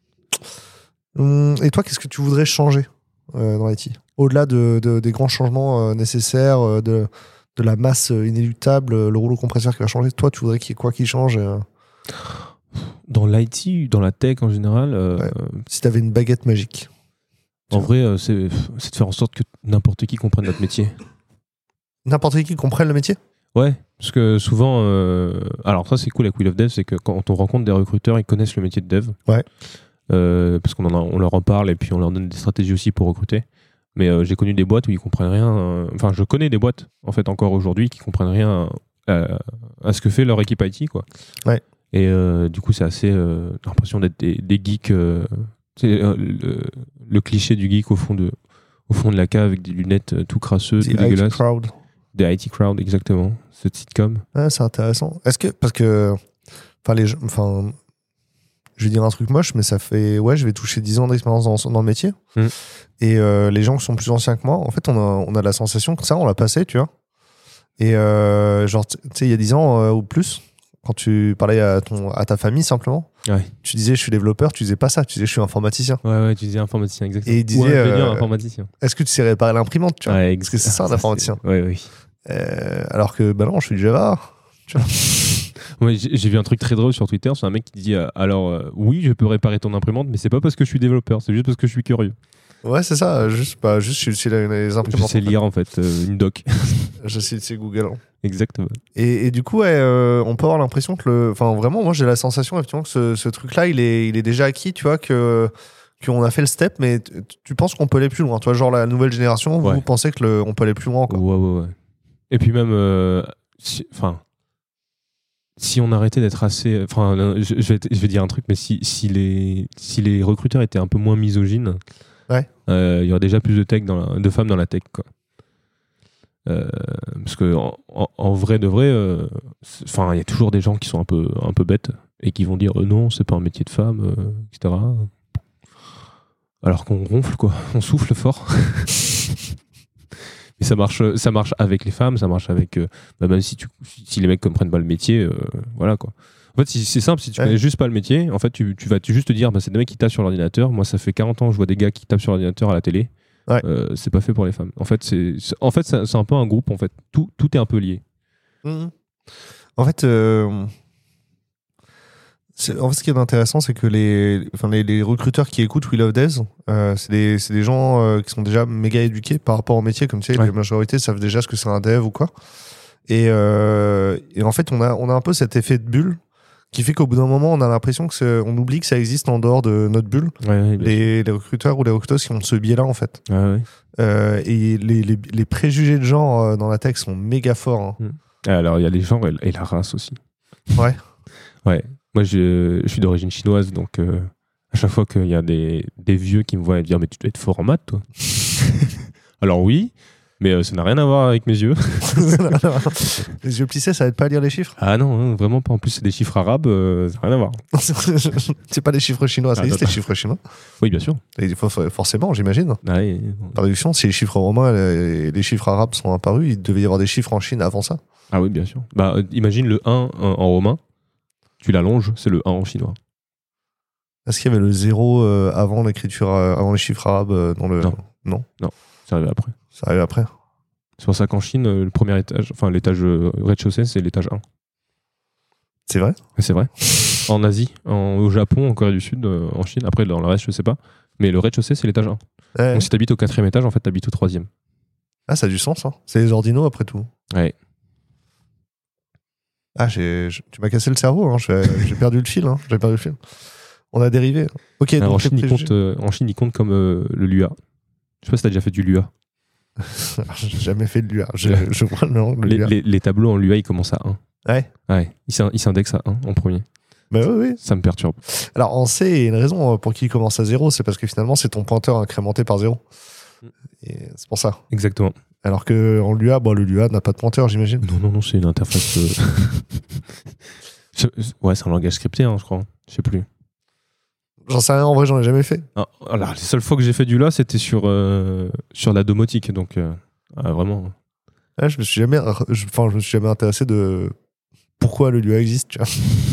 Hum, et toi, qu'est-ce que tu voudrais changer euh, dans l'I T ? Au-delà de, de, des grands changements euh, nécessaires, euh, de, de la masse inéluctable, le rouleau compresseur qui va changer, toi, tu voudrais qu'il y ait quoi qui change euh... Dans l'I T, dans la tech en général euh... ouais. Si tu avais une baguette magique. En vrai, euh, c'est, c'est de faire en sorte que n'importe qui comprenne notre métier. N'importe qui comprenne le métier ? Ouais, parce que souvent... Euh... Alors ça, c'est cool avec Wheel of Dev, c'est que quand on rencontre des recruteurs, ils connaissent le métier de dev. Ouais. Euh, parce qu'on en a, on leur en parle et puis on leur donne des stratégies aussi pour recruter. Mais euh, j'ai connu des boîtes où ils comprennent rien... Euh... Enfin, je connais des boîtes, en fait, encore aujourd'hui, qui comprennent rien à, à ce que fait leur équipe I T, quoi. Ouais. Et euh, du coup, c'est assez... Euh, l'impression d'être des, des geeks... Euh... C'est euh, le, le cliché du geek au fond de, au fond de la cave avec des lunettes euh, tout crasseuses, tout dégueulasses. I T crowd. Des I T crowd, exactement. Ce sitcom. Ah, c'est intéressant. Est-ce que, parce que, enfin, les, enfin, je vais dire un truc moche, mais ça fait, ouais, je vais toucher dix ans d'expérience dans, dans le métier. Mm. Et euh, les gens qui sont plus anciens que moi, en fait, on a, on a la sensation que ça, on l'a passé, tu vois. Et euh, genre, tu sais, il y a dix ans euh, ou plus, quand tu parlais à, ton, à ta famille simplement, ouais. Tu disais je suis développeur, tu disais pas ça, tu disais je suis informaticien. Ouais, ouais, tu disais informaticien, exactement. Et il disait euh, informaticien. Est-ce que tu sais réparer l'imprimante, tu vois, ouais, parce que c'est ça, l'informaticien. Ouais, oui. Euh, alors que, bah non, je suis du Java, tu vois. Ouais, j'ai, j'ai vu un truc très drôle sur Twitter, c'est un mec qui dit euh, alors, euh, oui, je peux réparer ton imprimante, mais c'est pas parce que je suis développeur, c'est juste parce que je suis curieux. Ouais, c'est ça, juste, bah, juste je sais les imprimantes. Je sais lire en fait, euh, une doc. Je sais, c'est Google. Exactement. Et, et du coup, ouais, euh, on peut avoir l'impression que le. Enfin, vraiment, moi, j'ai la sensation, effectivement, que ce, ce truc-là, il est, il est déjà acquis, tu vois, que, qu'on a fait le step, mais t- tu penses qu'on peut aller plus loin. Toi, genre la nouvelle génération, vous Ouais. pensez que le, on peut aller plus loin encore. Ouais, ouais, ouais. Et puis même, euh, si, enfin, si on arrêtait d'être assez, enfin, non, je, je vais, je vais dire un truc, mais si, si les, si les recruteurs étaient un peu moins misogynes, Ouais. euh, il y aurait déjà plus de tech dans la- de femmes dans la tech, quoi. Euh, parce que en, en- en vrai de vrai, euh, c'est- enfin, il y a toujours des gens qui sont un peu, un peu bêtes et qui vont dire euh, non, c'est pas un métier de femme, euh, et cetera. Alors qu'on ronfle, quoi, on souffle fort. Mais ça marche, ça marche avec les femmes, ça marche avec, euh, bah, même si tu, si les mecs comprennent pas le métier, euh, voilà quoi. En fait, si- c'est simple, si tu Ouais. connais juste pas le métier, en fait, tu, tu vas tu juste te dire, bah, c'est des mecs qui tapent sur l'ordinateur. Moi, ça fait quarante ans que je vois des gars qui tapent sur l'ordinateur à la télé. Ouais. Euh, c'est pas fait pour les femmes. En fait, c'est, c'est- en fait, c'est c'est un peu un groupe. En fait, tout, tout est un peu lié. Mhm. En fait, euh, c'est- en fait, ce qui est intéressant, c'est que les, enfin, les, les recruteurs qui écoutent We Love Devs, euh, c'est des, c'est des gens euh, qui sont déjà méga éduqués par rapport au métier. Comme tu sais, Ouais. la majorité savent déjà ce que c'est un dev ou quoi. Et, euh, et en fait, on a, on a un peu cet effet de bulle qui fait qu'au bout d'un moment, on a l'impression que c'est- on oublie que ça existe en dehors de notre bulle. Ouais, ouais, bien Les, les recruteurs ou les recruteuses qui ont ce biais-là, en fait. sûr. Ouais, ouais. Euh, et les, les, les préjugés de genre euh, dans la tech sont méga forts. hein. Alors, il y a les genres et, et la race aussi. Ouais. Ouais. Moi, je, je suis d'origine chinoise, donc euh, à chaque fois qu'il y a des, des vieux qui me voient et me dire mais tu dois être fort en maths, toi. Alors oui, mais euh, ça n'a rien à voir avec mes yeux. Les yeux plissés, ça aide pas à lire les chiffres. Ah non, hein, vraiment pas. En plus, c'est des chiffres arabes, euh, ça n'a rien à voir. C'est pas des chiffres chinois, ça Ah, existe non, les chiffres chinois. Oui, bien sûr. Et des fois, forcément, j'imagine. Ah, et- Par réduction, si les chiffres romains et les chiffres arabes sont apparus, il devait y avoir des chiffres en Chine avant ça. ah oui, bien sûr. Bah, euh, imagine le un en, en romain, tu l'allonges, c'est le un en chinois. Est-ce qu'il y avait le zéro euh, avant l'écriture, euh, avant les chiffres arabes euh, dans le... Non. Non, C'est arrivé après. ça arrive après. C'est pour ça qu'en Chine, euh, le premier étage, enfin l'étage euh, rez-de-chaussée, c'est l'étage un. C'est vrai. Et c'est vrai. En Asie, en- au Japon, en Corée du Sud, euh, en Chine. Après, dans le reste, je sais pas. Mais le rez-de-chaussée, c'est l'étage un. Ouais. Donc si t'habites au quatrième étage, en fait, t'habites au troisième. Ah, ça a du sens, hein. C'est les ordinaux après tout. Ouais. Ah, j'ai, je- tu m'as cassé le cerveau, hein. J'ai j'ai perdu le fil. Hein. J'ai perdu le fil. On a dérivé. Ok, Alors, donc en, les Chine, il préjugés- compte, euh, en Chine, il compte comme euh, le Lua. Je sais pas si t'as déjà fait du Lua. J'ai jamais fait de Lua. Je, je vois le nom de Les, Lua. les- les tableaux en Lua, ils commencent à un. Ouais. Ouais. Ils s'in- ils s'indexent à un en premier. Bah oui, oui. Ça me perturbe. Alors, en C, il y a une raison pour qui il commence à zéro, c'est parce que finalement, c'est ton pointeur incrémenté par zéro. Et c'est pour ça. Exactement. Alors que en Lua, bon, le Lua n'a pas de pointeur, j'imagine. Non, non, non, c'est une interface. euh, je- ouais, c'est un langage scripté, hein, je crois. Je sais plus. J'en sais rien, en vrai, j'en ai jamais fait. Ah, alors, les seules fois que j'ai fait du Lua, c'était sur, euh, sur la domotique. Donc, euh, ah, vraiment. Ouais, je me suis jamais, je, enfin, je me suis jamais intéressé de pourquoi le Lua existe, tu vois.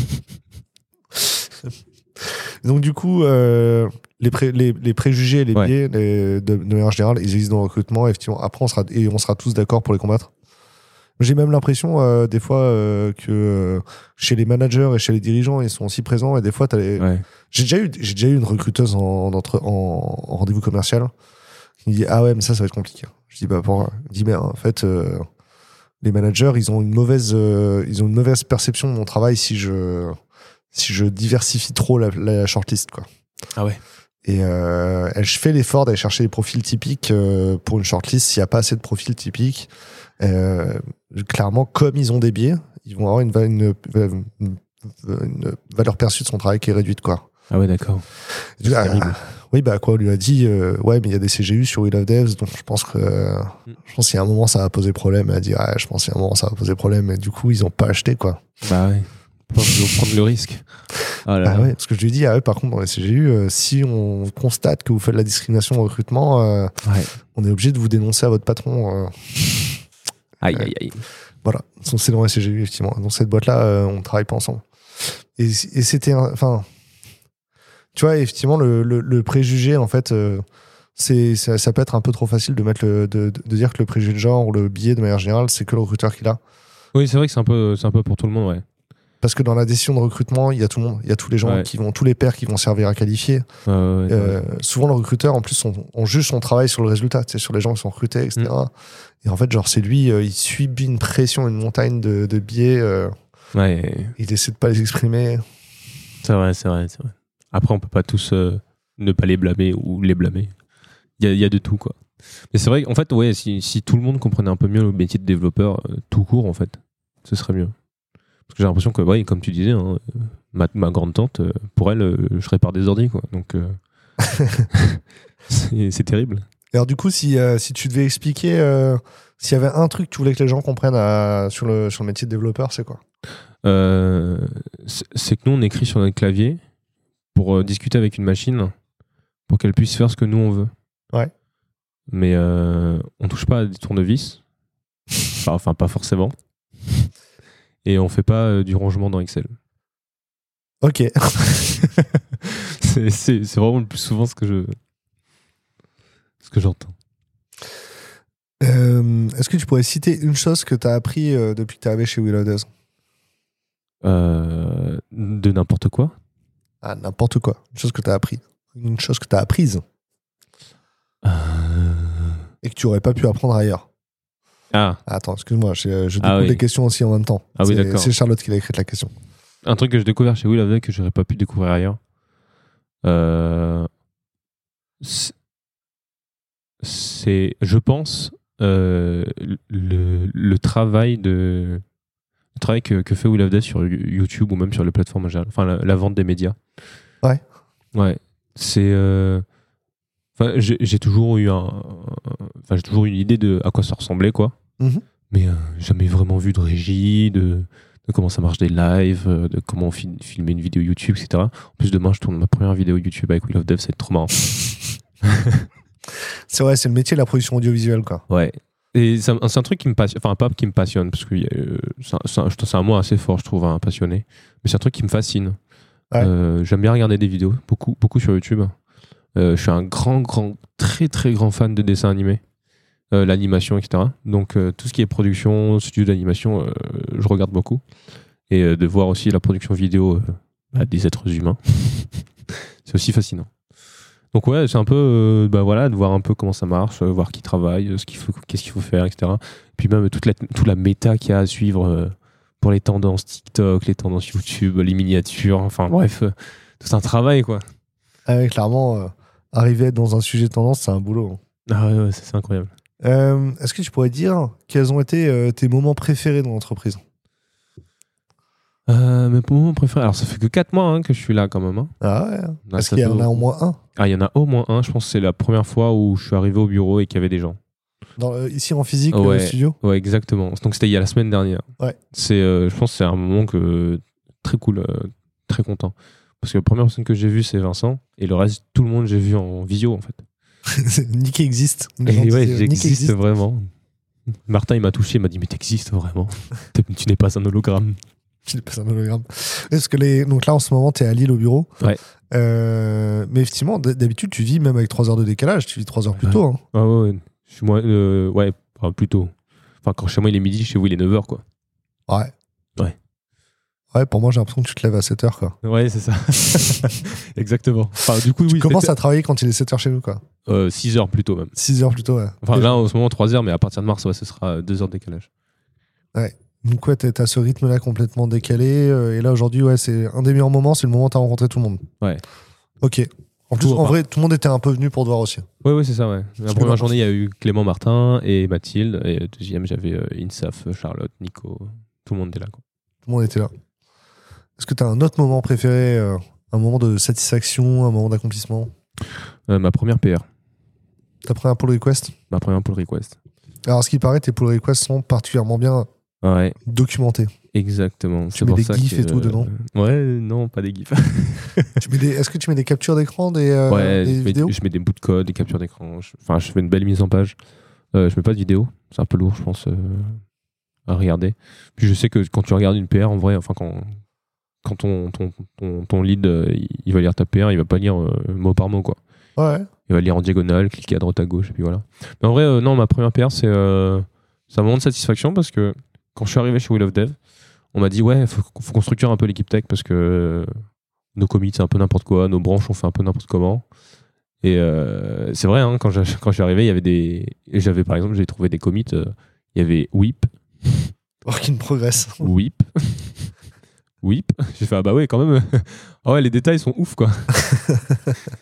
Donc, du coup, euh, les, pré- les, les préjugés, les Ouais. biais, les- de, de manière générale, ils existent dans le recrutement. Effectivement, après, on sera, et on sera tous d'accord pour les combattre. J'ai même l'impression, euh, des fois, euh, que euh, chez les managers et chez les dirigeants, ils sont aussi présents. Et des fois, t'as les... Ouais. j'ai déjà eu, j'ai déjà eu une recruteuse en, en, entre- en, en rendez-vous commercial qui me dit ah ouais, mais ça, ça va être compliqué. Je dis bah pourquoi? Elle dit mais en fait, euh, les managers, ils ont une mauvaise, euh, ils ont une mauvaise perception de mon travail si je, si je diversifie trop la, la shortlist, quoi. Ah ouais. Et euh, elle, je fais l'effort d'aller chercher les profils typiques euh, pour une shortlist. S'il n'y a pas assez de profils typiques, euh, clairement, comme ils ont des biais, ils vont avoir une, va- une, une, une valeur perçue de son travail qui est réduite, quoi. Ah ouais, d'accord. Et du C'est coup, terrible. ah, oui, bah quoi, on lui a dit, euh, ouais, mais il y a des C G U sur We Love Devs, donc je pense que, euh, Mm. je pense qu'il y a un moment ça va poser problème. Elle a dit, ouais, je pense qu'il y a un moment ça va poser problème, et du coup ils ont pas acheté, quoi. Bah ouais. Pas besoin de prendre le risque. Ah là Ah là. ouais, parce que je lui ai dit, ah ouais, par contre dans les C G U, euh, si on constate que vous faites de la discrimination au recrutement, euh, Ouais. on est obligé de vous dénoncer à votre patron. euh. Aïe, aïe, aïe. Voilà, donc c'est dans les C G U, effectivement. Dans cette boîte-là, euh, on ne travaille pas ensemble. Et, et c'était, un- enfin, tu vois, effectivement, le, le, le préjugé, en fait, euh, c'est, ça, ça peut être un peu trop facile de mettre le, de, de dire que le préjugé de genre ou le biais, de manière générale, c'est que le recruteur qui l'a. Oui, c'est vrai que c'est un peu, c'est un peu pour tout le monde, ouais. Parce que dans la décision de recrutement, il y a tout le monde, il y a tous les gens Ouais. qui vont, tous les pairs qui vont servir à qualifier. Ouais, ouais, ouais. Euh, souvent, le recruteur, en plus, on, on juge son travail sur le résultat, tu sais, sur les gens qui sont recrutés, et cetera. Et en fait, genre, c'est lui, euh, il subit une pression, une montagne de, de biais. Euh, Ouais, il essaie de pas les exprimer. c'est vrai, c'est vrai, c'est vrai. Après, on peut pas tous, euh, ne pas les blâmer ou les blâmer. Il y a, y a de tout, quoi. Mais c'est vrai qu'en fait, ouais, si, si tout le monde comprenait un peu mieux le métier de développeur, euh, tout court, en fait, ce serait mieux. Parce que j'ai l'impression que, ouais, comme tu disais, hein, ma, ma grande tante, euh, pour elle, euh, je répare des ordi, quoi. Donc, euh, c'est, c'est terrible. Alors du coup, si, euh, si tu devais expliquer, euh, s'il y avait un truc que tu voulais que les gens comprennent à- sur, le, sur le métier de développeur, c'est quoi? Euh, c'est, c'est que nous, on écrit sur notre clavier pour euh, discuter avec une machine pour qu'elle puisse faire ce que nous, on veut. Ouais. Mais euh, on touche pas à des tournevis. Enfin, enfin, pas forcément. Et on fait pas euh, du rangement dans Excel. Ok. c'est, c'est, c'est vraiment le plus souvent ce que je ce que j'entends. Euh, est-ce que tu pourrais citer une chose que tu as appris euh, depuis que tu es arrivé chez Will of Death? Euh, de n'importe quoi. Ah, n'importe quoi. Une chose que tu as appris. Une chose que tu as apprise Euh... et que tu aurais pas pu apprendre ailleurs. Ah. Attends, excuse-moi, je, je découvre Ah oui. les questions aussi en même temps. Ah oui, c'est, d'accord. c'est Charlotte qui l'a écrit la question. Un truc que j'ai découvert chez Will of Death que j'aurais pas pu découvrir ailleurs. Euh... C'est... c'est, je pense, euh, le, le travail de le travail que, que fait Will of Death sur YouTube ou même sur les plateformes en général. Enfin, la, la vente des médias. Ouais. Ouais. C'est. Euh... Enfin, j'ai, j'ai toujours eu un. Enfin, j'ai toujours eu une idée de à quoi ça ressemblait, quoi. Mm-hmm. Mais euh, jamais vraiment vu de régie, de, de comment ça marche des lives, de comment fil- filmer une vidéo YouTube, et cetera. En plus, demain, je tourne ma première vidéo YouTube avec Will of Death, ça va être trop marrant. C'est vrai, c'est le métier de la production audiovisuelle, quoi. Ouais. Et c'est un, c'est un truc qui me passionne, enfin pas qui me passionne, parce que euh, c'est, un, c'est, un, c'est un mot assez fort, je trouve, un passionné. Mais c'est un truc qui me fascine. Ouais. Euh, j'aime bien regarder des vidéos, beaucoup, beaucoup sur YouTube. Euh, je suis un grand, grand, très, très grand fan de dessins animés, euh, l'animation, et cetera. Donc euh, tout ce qui est production, studio d'animation, euh, je regarde beaucoup. Et euh, de voir aussi la production vidéo euh, bah, des êtres humains, c'est aussi fascinant. Donc ouais, c'est un peu, euh, bah voilà, de voir un peu comment ça marche, euh, voir qui travaille, euh, ce qu'il faut, qu'est-ce qu'il faut faire, et cetera. Puis même toute la, toute la méta qu'il y a à suivre euh, pour les tendances TikTok, les tendances YouTube, les miniatures, enfin bref, euh, tout un travail, quoi. Ah ouais, clairement, euh, arriver à être dans un sujet de tendance, c'est un boulot. Ah ouais, ouais, c'est, c'est incroyable. Euh, est-ce que tu pourrais dire quels ont été euh, tes moments préférés dans l'entreprise? Euh, mes moments préférés, alors ça fait que quatre mois hein, que je suis là quand même. Hein. Ah ouais. Ah, Est-ce ça qu'il y en peut- a au moins un Ah, il y en a au moins un, je pense que c'est la première fois où je suis arrivé au bureau et qu'il y avait des gens. dans, euh, ici en physique, Ouais. au studio? Ouais, exactement. Donc c'était il y a la semaine dernière. Ouais. C'est, euh, je pense que c'est un moment que très cool, euh, très content. Parce que la première personne que j'ai vue, c'est Vincent. Et le reste, tout le monde, j'ai vu en visio, en fait. Nick existe. Les gens Et ouais, disaient, Nick j'existe existe. vraiment. Martin, il m'a touché, il m'a dit, mais t'existes vraiment. T'es- tu n'es pas un hologramme. Je n'ai pas un hologramme. Est-ce que les... Donc là, en ce moment, tu es à Lille au bureau. Ouais. Euh, Mais effectivement, d- d'habitude, tu vis même avec trois heures de décalage. Tu vis trois heures plus Ouais. tôt. Hein. Ah ouais, ouais. Chez moi, euh, ouais, enfin, plutôt. Enfin, quand chez moi, il est midi, chez vous, il est neuf heures, quoi. Ouais. Ouais. Ouais, pour moi, j'ai l'impression que tu te lèves à sept heures. Quoi. Ouais, c'est ça. Exactement. Enfin, du coup, Tu oui. commences c'était- à travailler quand il est sept heures chez nous. Quoi. euh, six heures plutôt, même. six heures plus tôt, ouais. Enfin, Et- là, en ce moment, trois heures, mais à partir de mars, ouais, ce sera deux heures de décalage. Donc ouais, t'as t'as ce rythme-là complètement décalé. euh, et là, aujourd'hui, ouais, c'est un des meilleurs moments. C'est le moment où t'as rencontré tout le monde. Ouais. Ok. En plus, Tout, en enfin. vrai, tout le monde était un peu venu pour te voir aussi. Ouais, ouais, c'est ça, ouais. La Je première me journée, il y a eu Clément Martin et Mathilde. Et la deuxième, j'avais euh, Insaf, Charlotte, Nico. Tout le monde était là, quoi. Tout le monde était là. Est-ce que t'as un autre moment préféré, euh, un moment de satisfaction, un moment d'accomplissement? Euh, ma première P R. Ta première pull request? Ma première pull request. Alors, ce qui paraît, tes pull requests sont particulièrement bien Ouais, documentés. exactement. Tu C'est mets pour des ça gifs que, et tout dedans? euh, Ouais, non, pas des gifs. Tu mets des... Est-ce que tu mets des captures d'écran, des, euh, ouais, des je mets, vidéos? je mets des bouts de code, des captures d'écran. Je- Enfin, je fais une belle mise en page. Euh, je mets pas de vidéo. C'est un peu lourd, je pense, euh, à regarder. Puis je sais que quand tu regardes une P R, en vrai, enfin, quand, quand ton, ton, ton, ton lead, euh, il, il va lire ta P R, il va pas lire euh, mot par mot, quoi. Ouais. Il va lire en diagonale, cliquer à droite à gauche, et puis voilà. Mais en vrai, euh, non, ma première P R, c'est euh, c'est un moment de satisfaction parce que quand je suis arrivé chez Will of Dev, on m'a dit, ouais, faut, faut qu'on structure un peu l'équipe tech parce que euh, nos commits, c'est un peu n'importe quoi, nos branches, on fait un peu n'importe comment. Et euh, c'est vrai, hein, quand, j'ai- quand je suis arrivé, il y avait des. et J'avais, par exemple, j'ai trouvé des commits, euh, il y avait Whip, Work in progress. Whip, Whip. J'ai fait, ah bah ouais, quand même. Ah ouais, les détails sont ouf, quoi.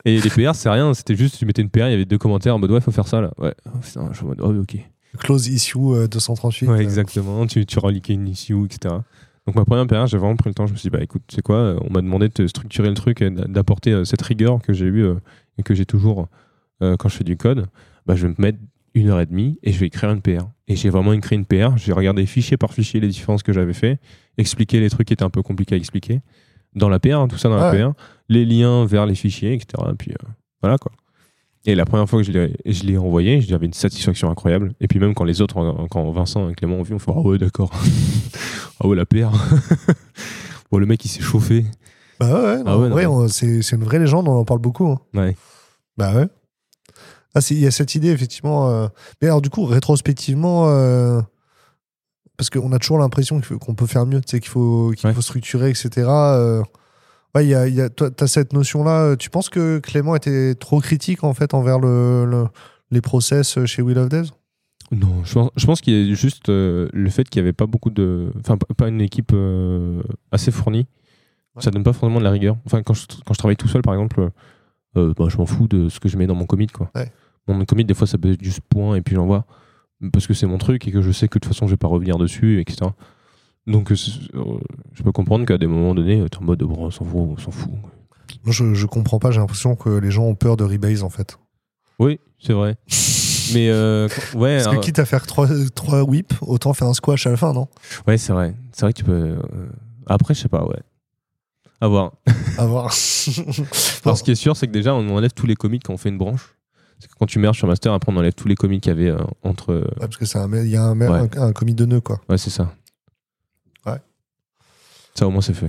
Et les P R, c'est rien, c'était juste, tu mettais une P R, il y avait deux commentaires en mode ouais, faut faire ça là. Ouais, oh, putain, je suis en mode oh, ok. Close issue euh, deux cent trente-huit. Ouais, euh. exactement, tu, tu reliquais une issue, et cetera. Donc ma première P R, j'ai vraiment pris le temps, je me suis dit, bah écoute, tu sais quoi, on m'a demandé de te structurer le truc et d'apporter euh, cette rigueur que j'ai eue euh, et que j'ai toujours euh, quand je fais du code. Bah je vais me mettre une heure et demie et je vais écrire une P R. Et j'ai vraiment écrit une P R, j'ai regardé fichier par fichier les différences que j'avais fait, expliqué les trucs qui étaient un peu compliqués à expliquer. Dans la P R, hein, tout ça dans Ah la ouais. P R, les liens vers les fichiers, et cetera. Et puis euh, voilà quoi. Et la première fois que je l'ai, je l'ai envoyé, j'avais une satisfaction incroyable. Et puis même quand les autres, quand Vincent et Clément ont vu, on fait ah ouais d'accord, ah ouais la P R. Bon le mec il s'est chauffé. Bah ouais, ouais, non, Ah ouais, ouais, non. on- c'est, c'est une vraie légende, on en parle beaucoup. hein. Ouais. Bah ouais. Ah, c'est- il y a cette idée, effectivement. euh, Mais alors, du coup, rétrospectivement, euh, parce qu'on a toujours l'impression qu'il faut- qu'on peut faire mieux, tu sais, qu'il faut, qu'il Ouais. faut structurer, et cetera. euh, Ouais, il y a, il y a, toi, t'as cette notion-là. Tu penses que Clément était trop critique, en fait, envers le, le- les process chez Will of Devs? Non, je pense, je pense qu'il y a juste euh, le fait qu'il n'y avait pas beaucoup de. Enfin, p- pas une équipe euh, assez fournie. Ouais. Ça donne pas forcément de la rigueur. Enfin, quand je, quand je travaille tout seul, par exemple, euh, bah, je m'en fous de ce que je mets dans mon commit, quoi. Ouais. Mon commit, des fois, ça peut être juste point et puis j'envoie. Parce que c'est mon truc et que je sais que de toute façon, je vais pas revenir dessus, et cetera. Donc, euh, c'est- euh, je peux comprendre qu'à des moments donnés, tu es en mode, bon, on s'en fout, on s'en fout. Moi, je, je comprends pas. J'ai l'impression que les gens ont peur de rebase, en fait. Oui, c'est vrai. Mais, euh, quand- ouais. Parce que euh, quitte à faire trois, trois whips, autant faire un squash à la fin, non? Ouais, c'est vrai. C'est vrai que tu peux. euh, Après, je sais pas, ouais. À voir. À voir. Alors, ce qui est sûr, c'est que déjà, on enlève tous les commits quand on fait une branche. Parce que quand tu merges sur master, après, on enlève tous les commits qu'il y avait euh, entre. euh, Ouais, parce que c'est un, il y a un, Ouais. un, un commit de nœud, quoi. Ouais, c'est ça. Ouais. Ça, au moins, c'est fait.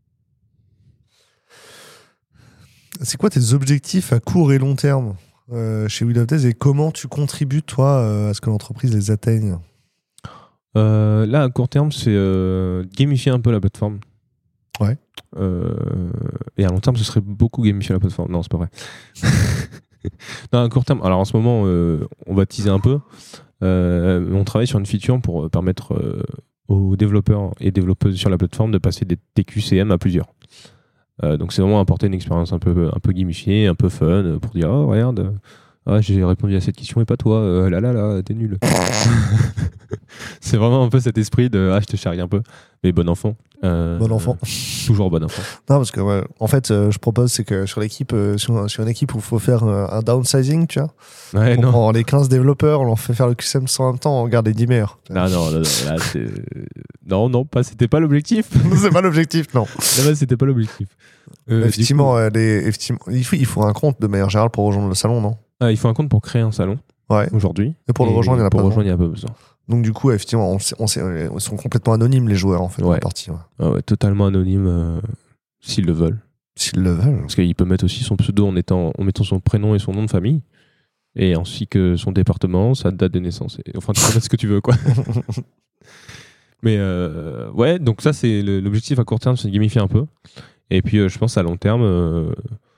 C'est quoi tes objectifs à court et long terme euh, chez Will of Devs et comment tu contribues, toi, euh, à ce que l'entreprise les atteigne? Euh, là, à court terme, c'est euh, gamifier un peu la plateforme. Ouais. Euh, et à long terme, ce serait beaucoup gamifier la plateforme. Non, c'est pas vrai. Non, à court terme, alors en ce moment, euh, on va teaser un peu. Euh, on travaille sur une feature pour permettre euh, aux développeurs et développeuses sur la plateforme de passer des T Q C M à plusieurs. Euh, donc c'est vraiment apporter une expérience un peu, un peu gamifiée, un peu fun, euh, pour dire oh regarde, euh, ah, j'ai répondu à cette question et pas toi, euh, là là là, t'es nul. C'est vraiment un peu cet esprit de ah je te charrie un peu, mais bon enfant. Euh, Bon enfant. euh, toujours bon enfant. Non, parce que, ouais, en fait, euh, je propose, c'est que sur l'équipe, euh, sur, sur une équipe où il faut faire euh, un downsizing, tu vois, Ouais, on non. prend les quinze développeurs, on leur fait faire le Q C M en même temps, on regarde les dix meilleurs. Non, non, non, non, là, c'est... non, non, pas, c'était pas l'objectif. C'est pas l'objectif, non. Là-bas, c'était pas l'objectif. Euh, effectivement, du coup- euh, les, effectivement il, faut, il faut un compte de manière générale pour rejoindre le salon, non? Ah, il faut un compte pour créer un salon Ouais. aujourd'hui. Et pour le rejoindre, il y en a pour pas rejoindre, il n'y a pas besoin. Donc, du coup, effectivement, on, sait- on sait- euh, ils sont complètement anonymes, les joueurs, en fait, dans Ouais. la partie. Ouais. Ah ouais, totalement anonyme euh, s'ils le veulent. S'ils le veulent. Parce qu'il peut mettre aussi son pseudo en, étant, en mettant son prénom et son nom de famille. Et ainsi que son département, sa date de naissance. Et, enfin, tu peux mettre ce que tu veux, quoi. Mais euh, ouais, donc ça, c'est le- l'objectif à court terme, c'est de gamifier un peu. Et puis, euh, je pense à long terme. euh,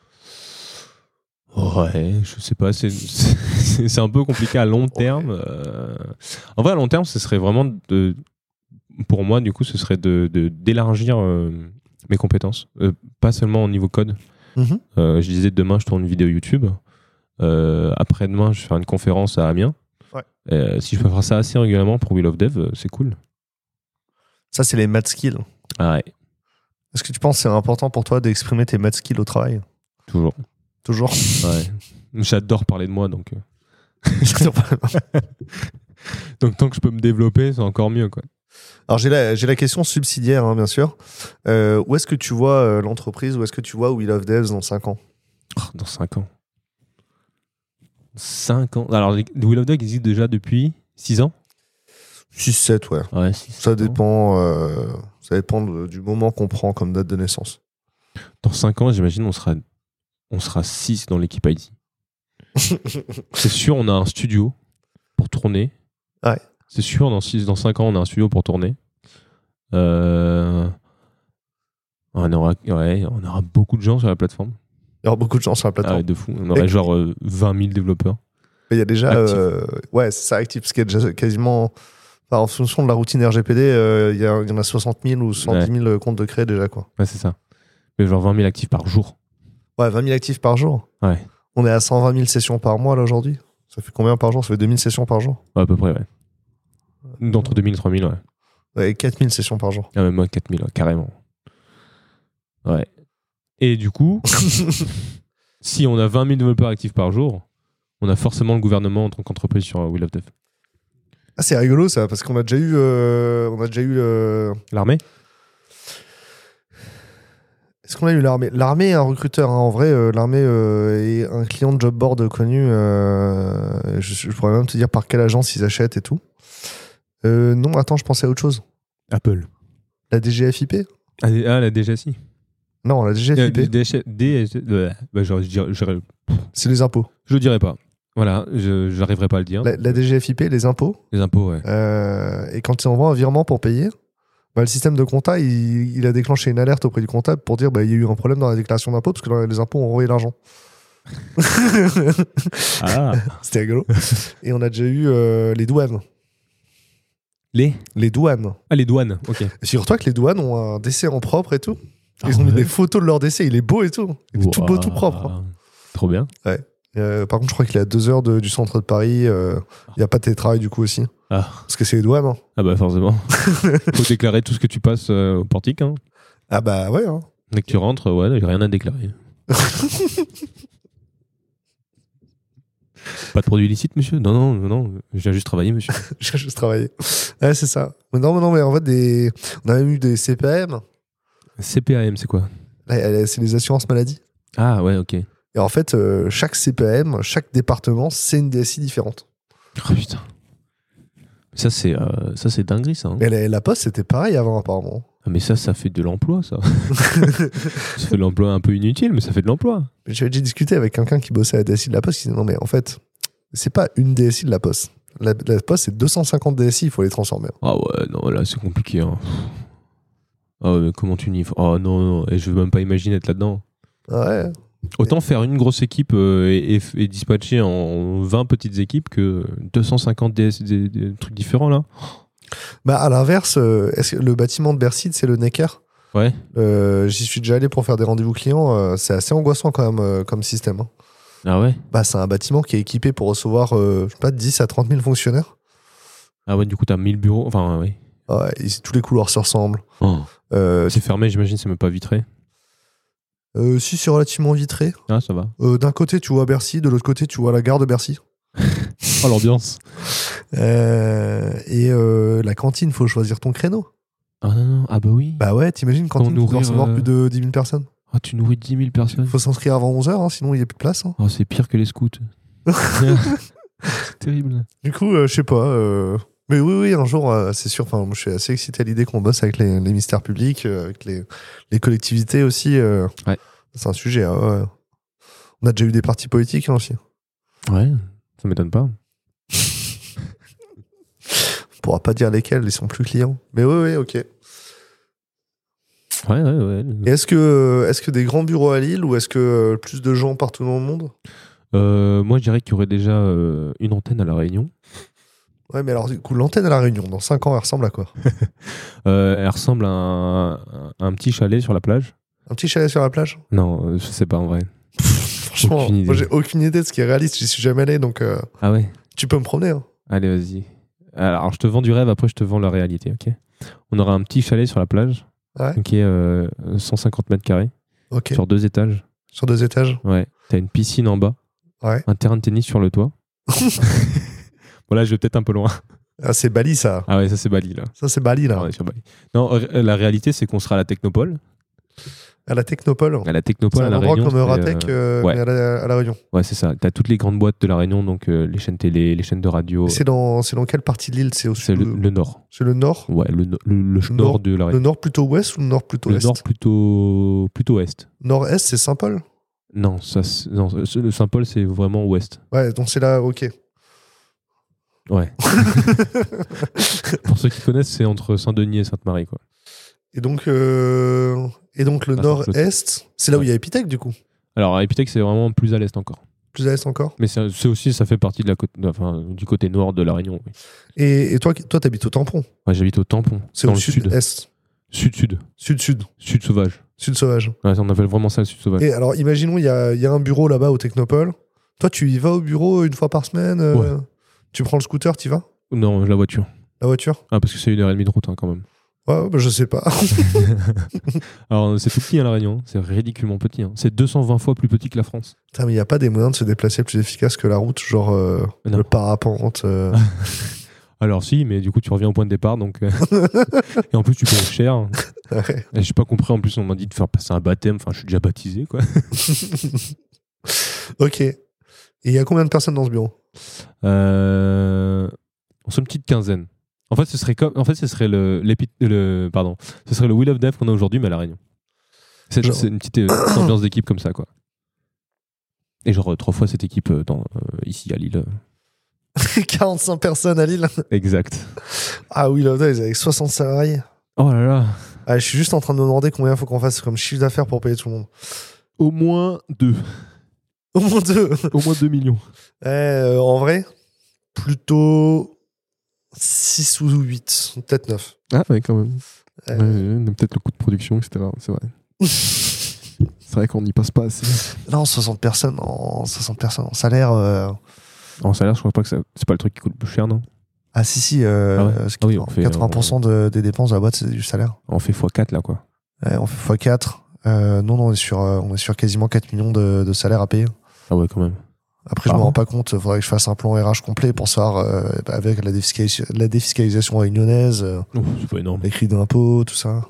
Ouais, je sais pas, c'est- c'est c'est un peu compliqué à long terme. euh. En vrai, à long terme, ce serait vraiment de. Pour moi, du coup, ce serait de de- d'élargir euh, mes compétences. Euh, pas seulement au niveau code. Mhm. Euh, je disais, demain, je tourne une vidéo YouTube. Euh, Après-demain, je vais faire une conférence à Amiens. Ouais. Euh, si je peux faire ça assez régulièrement pour Will of Dev, euh, c'est cool. Ça, c'est les math skills. Ah ouais, Est-ce que tu penses que c'est important pour toi d'exprimer tes math skills au travail? toujours. Toujours. Ouais. J'adore parler de moi, donc. euh. Donc, tant que je peux me développer, c'est encore mieux, quoi. Alors, j'ai la, j'ai la question subsidiaire, hein, bien sûr. Euh, où est-ce que tu vois euh, l'entreprise? Où est-ce que tu vois Will of Devs dans cinq ans? Oh, dans cinq ans. cinq ans. Alors, les- Will of Dog existe déjà depuis six ans. six sept, ouais. Ouais, six, Ça sept ans. dépend, euh, ça dépend de- du moment qu'on prend comme date de naissance. Dans cinq ans, j'imagine, on sera, on sera six dans l'équipe I T. C'est sûr, on a un studio pour tourner. Ouais. C'est sûr, dans six, dans cinq ans, on a un studio pour tourner. Euh, On aura, ouais, on aura beaucoup de gens sur la plateforme. Il y aura beaucoup de gens sur la Ah plateforme. ouais, de fou. On aurait Et- genre euh, vingt mille développeurs. Il y a déjà, Actif. euh, ouais, c'est ça, actif, parce qu'il y a déjà quasiment, enfin, en fonction de la routine R G P D, euh, il y, a- il y en a soixante mille ou soixante-dix mille comptes de créer déjà, quoi. Ouais, c'est ça. Mais genre vingt mille actifs par jour. Ouais, vingt mille actifs par jour. Ouais. On est à cent vingt mille sessions par mois, là, aujourd'hui. Ça fait combien par jour? Ça fait deux mille sessions par jour. Ouais, à peu près, ouais. D'entre deux mille et trois mille, ouais. Ouais, quatre mille sessions par jour. Ah, même moi, quatre mille, ouais, carrément. Ouais. Et du coup, si on a vingt mille développeurs actifs par jour, on a forcément le gouvernement en tant qu'entreprise sur Wheel of Death. Ah, c'est rigolo, ça, parce qu'on a déjà eu... Euh, on a déjà eu... Euh... L'armée? Est-ce qu'on a eu l'armée? L'armée est un recruteur, hein. En vrai, euh, l'armée euh, est un client de job board connu. Euh, je, je pourrais même te dire par quelle agence ils achètent et tout. Euh, non, attends, je pensais à autre chose. Apple. La D G F I P? Ah, ah, la D G S I. Non, la D G F I P. D G... Bah, je, je, je, c'est les impôts. Je le dirais pas. Voilà, je n'arriverai pas à le dire. La, la D G F I P, les impôts. Les impôts, ouais. Euh, et quand ils envoient un virement pour payer, bah, le système de compta, il, il a déclenché une alerte auprès du comptable pour dire bah, il y a eu un problème dans la déclaration d'impôt parce que dans les impôts ont envoyé l'argent. Ah. C'était rigolo. Et on a déjà eu euh, les douanes. Les Les douanes. Ah, les douanes, ok. Figure-toi que les douanes ont un décès en propre et tout. Ils Ah, ont mis ouais. des photos de leur décès, il est beau et tout. Il est Wow. tout beau, tout propre. Hein. Trop bien. Ouais. Euh, par contre, je crois qu'il est à deux heures de, du centre de Paris. Il euh, n'y a pas de télétravail du coup aussi. Ah, Parce que c'est les douanes. Hein. ah bah forcément. Faut déclarer tout ce que tu passes euh, au portique. Hein. Ah bah ouais. Hein. Dès que tu rentres, ouais, il n'y a rien à déclarer. Pas de produits illicites, monsieur? Non, non, non, non. Je viens juste travailler, monsieur. Je viens juste travailler. Ouais, c'est ça. Mais non, mais non, mais en fait, des... on a même eu des C P A M. C P A M, c'est quoi? Là, c'est les assurances maladie. Ah ouais, ok. Et en fait, euh, chaque C P A M, chaque département, c'est une D S I différente. Oh putain. Ça, c'est euh, ça c'est dinguerie, ça. Hein. Mais la, la Poste, c'était pareil avant, apparemment. Ah, mais ça, ça fait de l'emploi, ça. Ça fait de l'emploi un peu inutile, mais ça fait de l'emploi. J'avais déjà discuté avec quelqu'un qui bossait à la D S I de la Poste, qui disait non, mais en fait, c'est pas une D S I de la Poste. La, la Poste, c'est deux cent cinquante D S I, il faut les transformer. Ah ouais, non, là, c'est compliqué. Hein. Ah ouais, comment tu n'y... Oh non, non, et je veux même pas imaginer être là-dedans. Ouais. Autant faire une grosse équipe euh, et, et, et dispatcher en vingt petites équipes que deux cent cinquante D S, des, des trucs différents, là. Bah, à l'inverse, euh, est-ce que le bâtiment de Bercy, c'est le Necker. Ouais. Euh, J'y suis déjà allé pour faire des rendez-vous clients. Euh, c'est assez angoissant quand même euh, comme système. Hein. Ah ouais? Bah, c'est un bâtiment qui est équipé pour recevoir, euh, je sais pas, dix à trente mille fonctionnaires. Ah ouais, du coup, t'as mille bureaux. Enfin, oui. Ouais, et tous les couloirs se ressemblent. Oh. Euh, C'est fermé, j'imagine, c'est même pas vitré. euh, si, c'est relativement vitré. Ah, ça va. Euh, D'un côté, tu vois Bercy, de l'autre côté, tu vois la gare de Bercy. Oh, l'ambiance. Euh, et euh, la cantine, faut choisir ton créneau. Ah non, non. Ah bah oui. Bah ouais, t'imagines, cantine, tu dois nourrir, recevoir euh, plus de dix mille personnes. Ah, tu nourris dix mille personnes. Faut s'inscrire avant onze heures, hein, sinon il n'y a plus de place. Hein. Oh, c'est pire que les scouts. C'est terrible. Du coup, euh, je sais pas. Euh... Mais oui, oui, un jour, euh, c'est sûr. Enfin, moi, je suis assez excité à l'idée qu'on bosse avec les, les ministères publics, euh, avec les, les collectivités aussi. Euh... Ouais. C'est un sujet. Hein, ouais. On a déjà eu des partis politiques hein, aussi. Ouais, ça m'étonne pas. On pourra pas dire lesquels, ils sont plus clients. Mais oui, oui, ok. Ouais, ouais, ouais. Et est-ce que, est-ce que des grands bureaux à Lille ou est-ce que euh, plus de gens partout dans le monde? Euh, moi, je dirais qu'il y aurait déjà euh, une antenne à La Réunion. Ouais, mais alors, du coup, l'antenne à La Réunion, dans cinq ans, elle ressemble à quoi? euh, Elle ressemble à un, à un petit chalet sur la plage. Un petit chalet sur la plage? Non, euh, je sais pas en vrai. Franchement, Aucune idée. moi, j'ai aucune idée de ce qui est réaliste. J'y suis jamais allé, donc euh, Ah ouais? tu peux me promener. Hein. Allez, vas-y. Alors, je te vends du rêve, après, je te vends la réalité, ok? On aura un petit chalet sur la plage, Ouais. qui est euh, cent cinquante mètres carrés, Ok. sur deux étages. Sur deux étages? Ouais. T'as une piscine en bas, Ouais. un terrain de tennis sur le toit. Bon, là, je vais peut-être un peu loin. Ah, c'est Bali, ça. Ah ouais, ça, c'est Bali, là. Ça, c'est Bali, là. Ah, on est sur Bali. Non, euh, la réalité, c'est qu'on sera à la Technopole. À la Technopole. À la C'est Technopole, à un La endroit Réunion. comme c'est, Euratech, euh, euh, ouais. mais à la, à la Réunion. Ouais, c'est ça. T'as toutes les grandes boîtes de La Réunion, donc euh, les chaînes télé, les chaînes de radio. C'est dans, c'est dans quelle partie de l'île? C'est au C'est sud. le, le nord. C'est le nord? Ouais, le, no- le, le Le nord nord- de La Le Réunion. nord plutôt ouest ou le nord plutôt Le est? nord plutôt, plutôt est. Nord-est, c'est Saint-Paul? Non, ça, c'est- non, ce- le Saint-Paul, c'est vraiment ouest. Ouais, donc c'est là, ok. Ouais. Pour ceux qui connaissent, c'est entre Saint-Denis et Sainte-Marie, quoi. Et donc, euh, et donc le Ah, nord-est, c'est là où Ouais. il y a Epitech, du coup. Alors, à Epitech, c'est vraiment plus à l'est encore. Plus à l'est encore. Mais c'est c'est aussi, ça fait partie de la côte, enfin, du côté nord de La Réunion. Oui. Et, et toi, toi, t'habites au Tampon. Ouais, j'habite au Tampon, C'est dans au le sud. sud-est. Sud-sud. Sud-sud. Sud sauvage. Sud Sauvage. Ouais, on appelle vraiment ça le Sud Sauvage. Et alors, imaginons, il y a, y a un bureau là-bas au Technopole. Toi, tu y vas au bureau une fois par semaine euh, Ouais. Tu prends le scooter, tu y vas Non, la voiture. La voiture Ah, parce que c'est une heure et demie de route hein, quand même. Ouais, bah, je sais pas. Alors, c'est tout petit hein, la Réunion. C'est ridiculement petit. Hein. C'est deux cent vingt fois plus petit que la France. Putain, mais il n'y a pas des moyens de se déplacer plus efficaces que la route, genre euh, Non. le parapente. euh. Alors si, mais du coup tu reviens au point de départ, donc euh, et en plus tu payes cher. Ouais. Et j'ai pas compris. En plus on m'a dit de faire passer un baptême. Enfin, je suis déjà baptisé quoi. Ok. Et il y a combien de personnes dans ce bureau Euh... On sont une petite quinzaine. En fait, ce serait comme, en fait, ce serait le, l'épi- le, pardon, ce serait le Wheel of Death qu'on a aujourd'hui, mais à la Réunion. C'est, Genre- c'est une petite, euh, petite ambiance d'équipe comme ça, quoi. Et genre euh, trois fois cette équipe euh, dans, euh, ici à Lille. quarante-cinq personnes à Lille. Exact. Ah oui, là, ils avec soixante salariés. Oh là là. Ah, je suis juste en train de me demander combien il faut qu'on fasse comme chiffre d'affaires pour payer tout le monde. Au moins deux. Au moins deux. Au moins deux millions. Eh, euh, en vrai, plutôt six ou huit, peut-être neuf. Ah ouais, quand même. Euh, Ouais, ouais, peut-être le coût de production, et cetera. C'est vrai. C'est vrai qu'on n'y passe pas assez. Non, soixante personnes en, soixante personnes en salaire. euh, En salaire, je crois pas que ça, c'est pas le truc qui coûte le plus cher, non? Ah si, si. euh, Ah ouais. euh, ce Ah oui, qui- on fait, quatre-vingts pour cent de- des dépenses de la boîte, c'est du salaire. On fait fois quatre là, quoi. Ouais, on fait fois quatre. Euh, non, non, on est sur, euh, on est sur quasiment quatre millions de, de salaires à payer. Ah ouais, quand même. Après, je Par me an. rends pas compte. Il faudrait que je fasse un plan R H complet pour savoir, euh, bah, avec la, défiscalis- la défiscalisation réunionnaise, euh, Non, c'est pas énorme. les cris d'impôts, tout ça.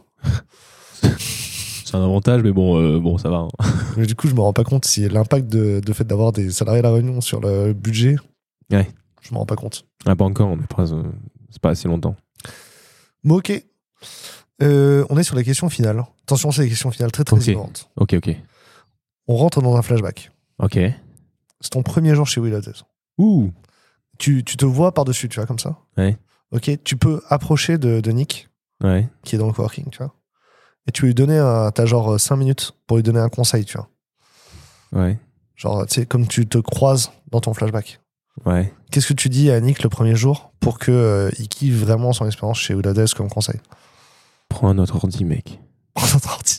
C'est un avantage, mais bon, euh, bon, ça va. Hein. Mais du coup, je me rends pas compte si l'impact de, de fait d'avoir des salariés à la Réunion sur le budget. Ouais. Je me rends pas compte. Ah, pas encore, mais pas, euh, c'est pas assez longtemps. Bon, ok. Euh, on est sur les questions finales. Attention, c'est les questions finales très très Ok. innovantes. Ok, ok. On rentre dans un flashback. Ok. C'est ton premier jour chez Will of Death. Ouh. Tu, tu te vois par-dessus, tu vois, comme ça. Ouais. Ok, tu peux approcher de, de Nick, Ouais. qui est dans le coworking, tu vois. Et tu lui donner un. T'as genre cinq minutes pour lui donner un conseil, tu vois. Ouais. Genre, tu sais, comme tu te croises dans ton flashback. Ouais. Qu'est-ce que tu dis à Nick le premier jour pour qu'il euh, il kiffe vraiment son expérience chez Will of Death comme conseil? Prends un autre ordi, mec. Prends notre ordi.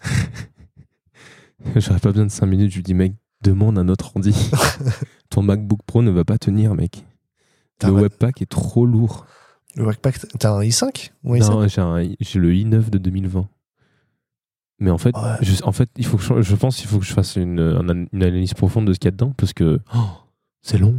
J'aurais pas besoin de cinq minutes. Je lui dis, mec, demande un autre ordi. Ton MacBook Pro ne va pas tenir, mec. T'as Le un- Webpack est trop lourd. Le Webpack, t'as un i cinq ou un i sept? Non, j'ai, un- j'ai le i neuf de deux mille vingt. Mais en fait, Ouais. je, en fait il faut que je, je pense qu'il faut que je fasse une, un- une analyse profonde de ce qu'il y a dedans parce que oh, c'est long.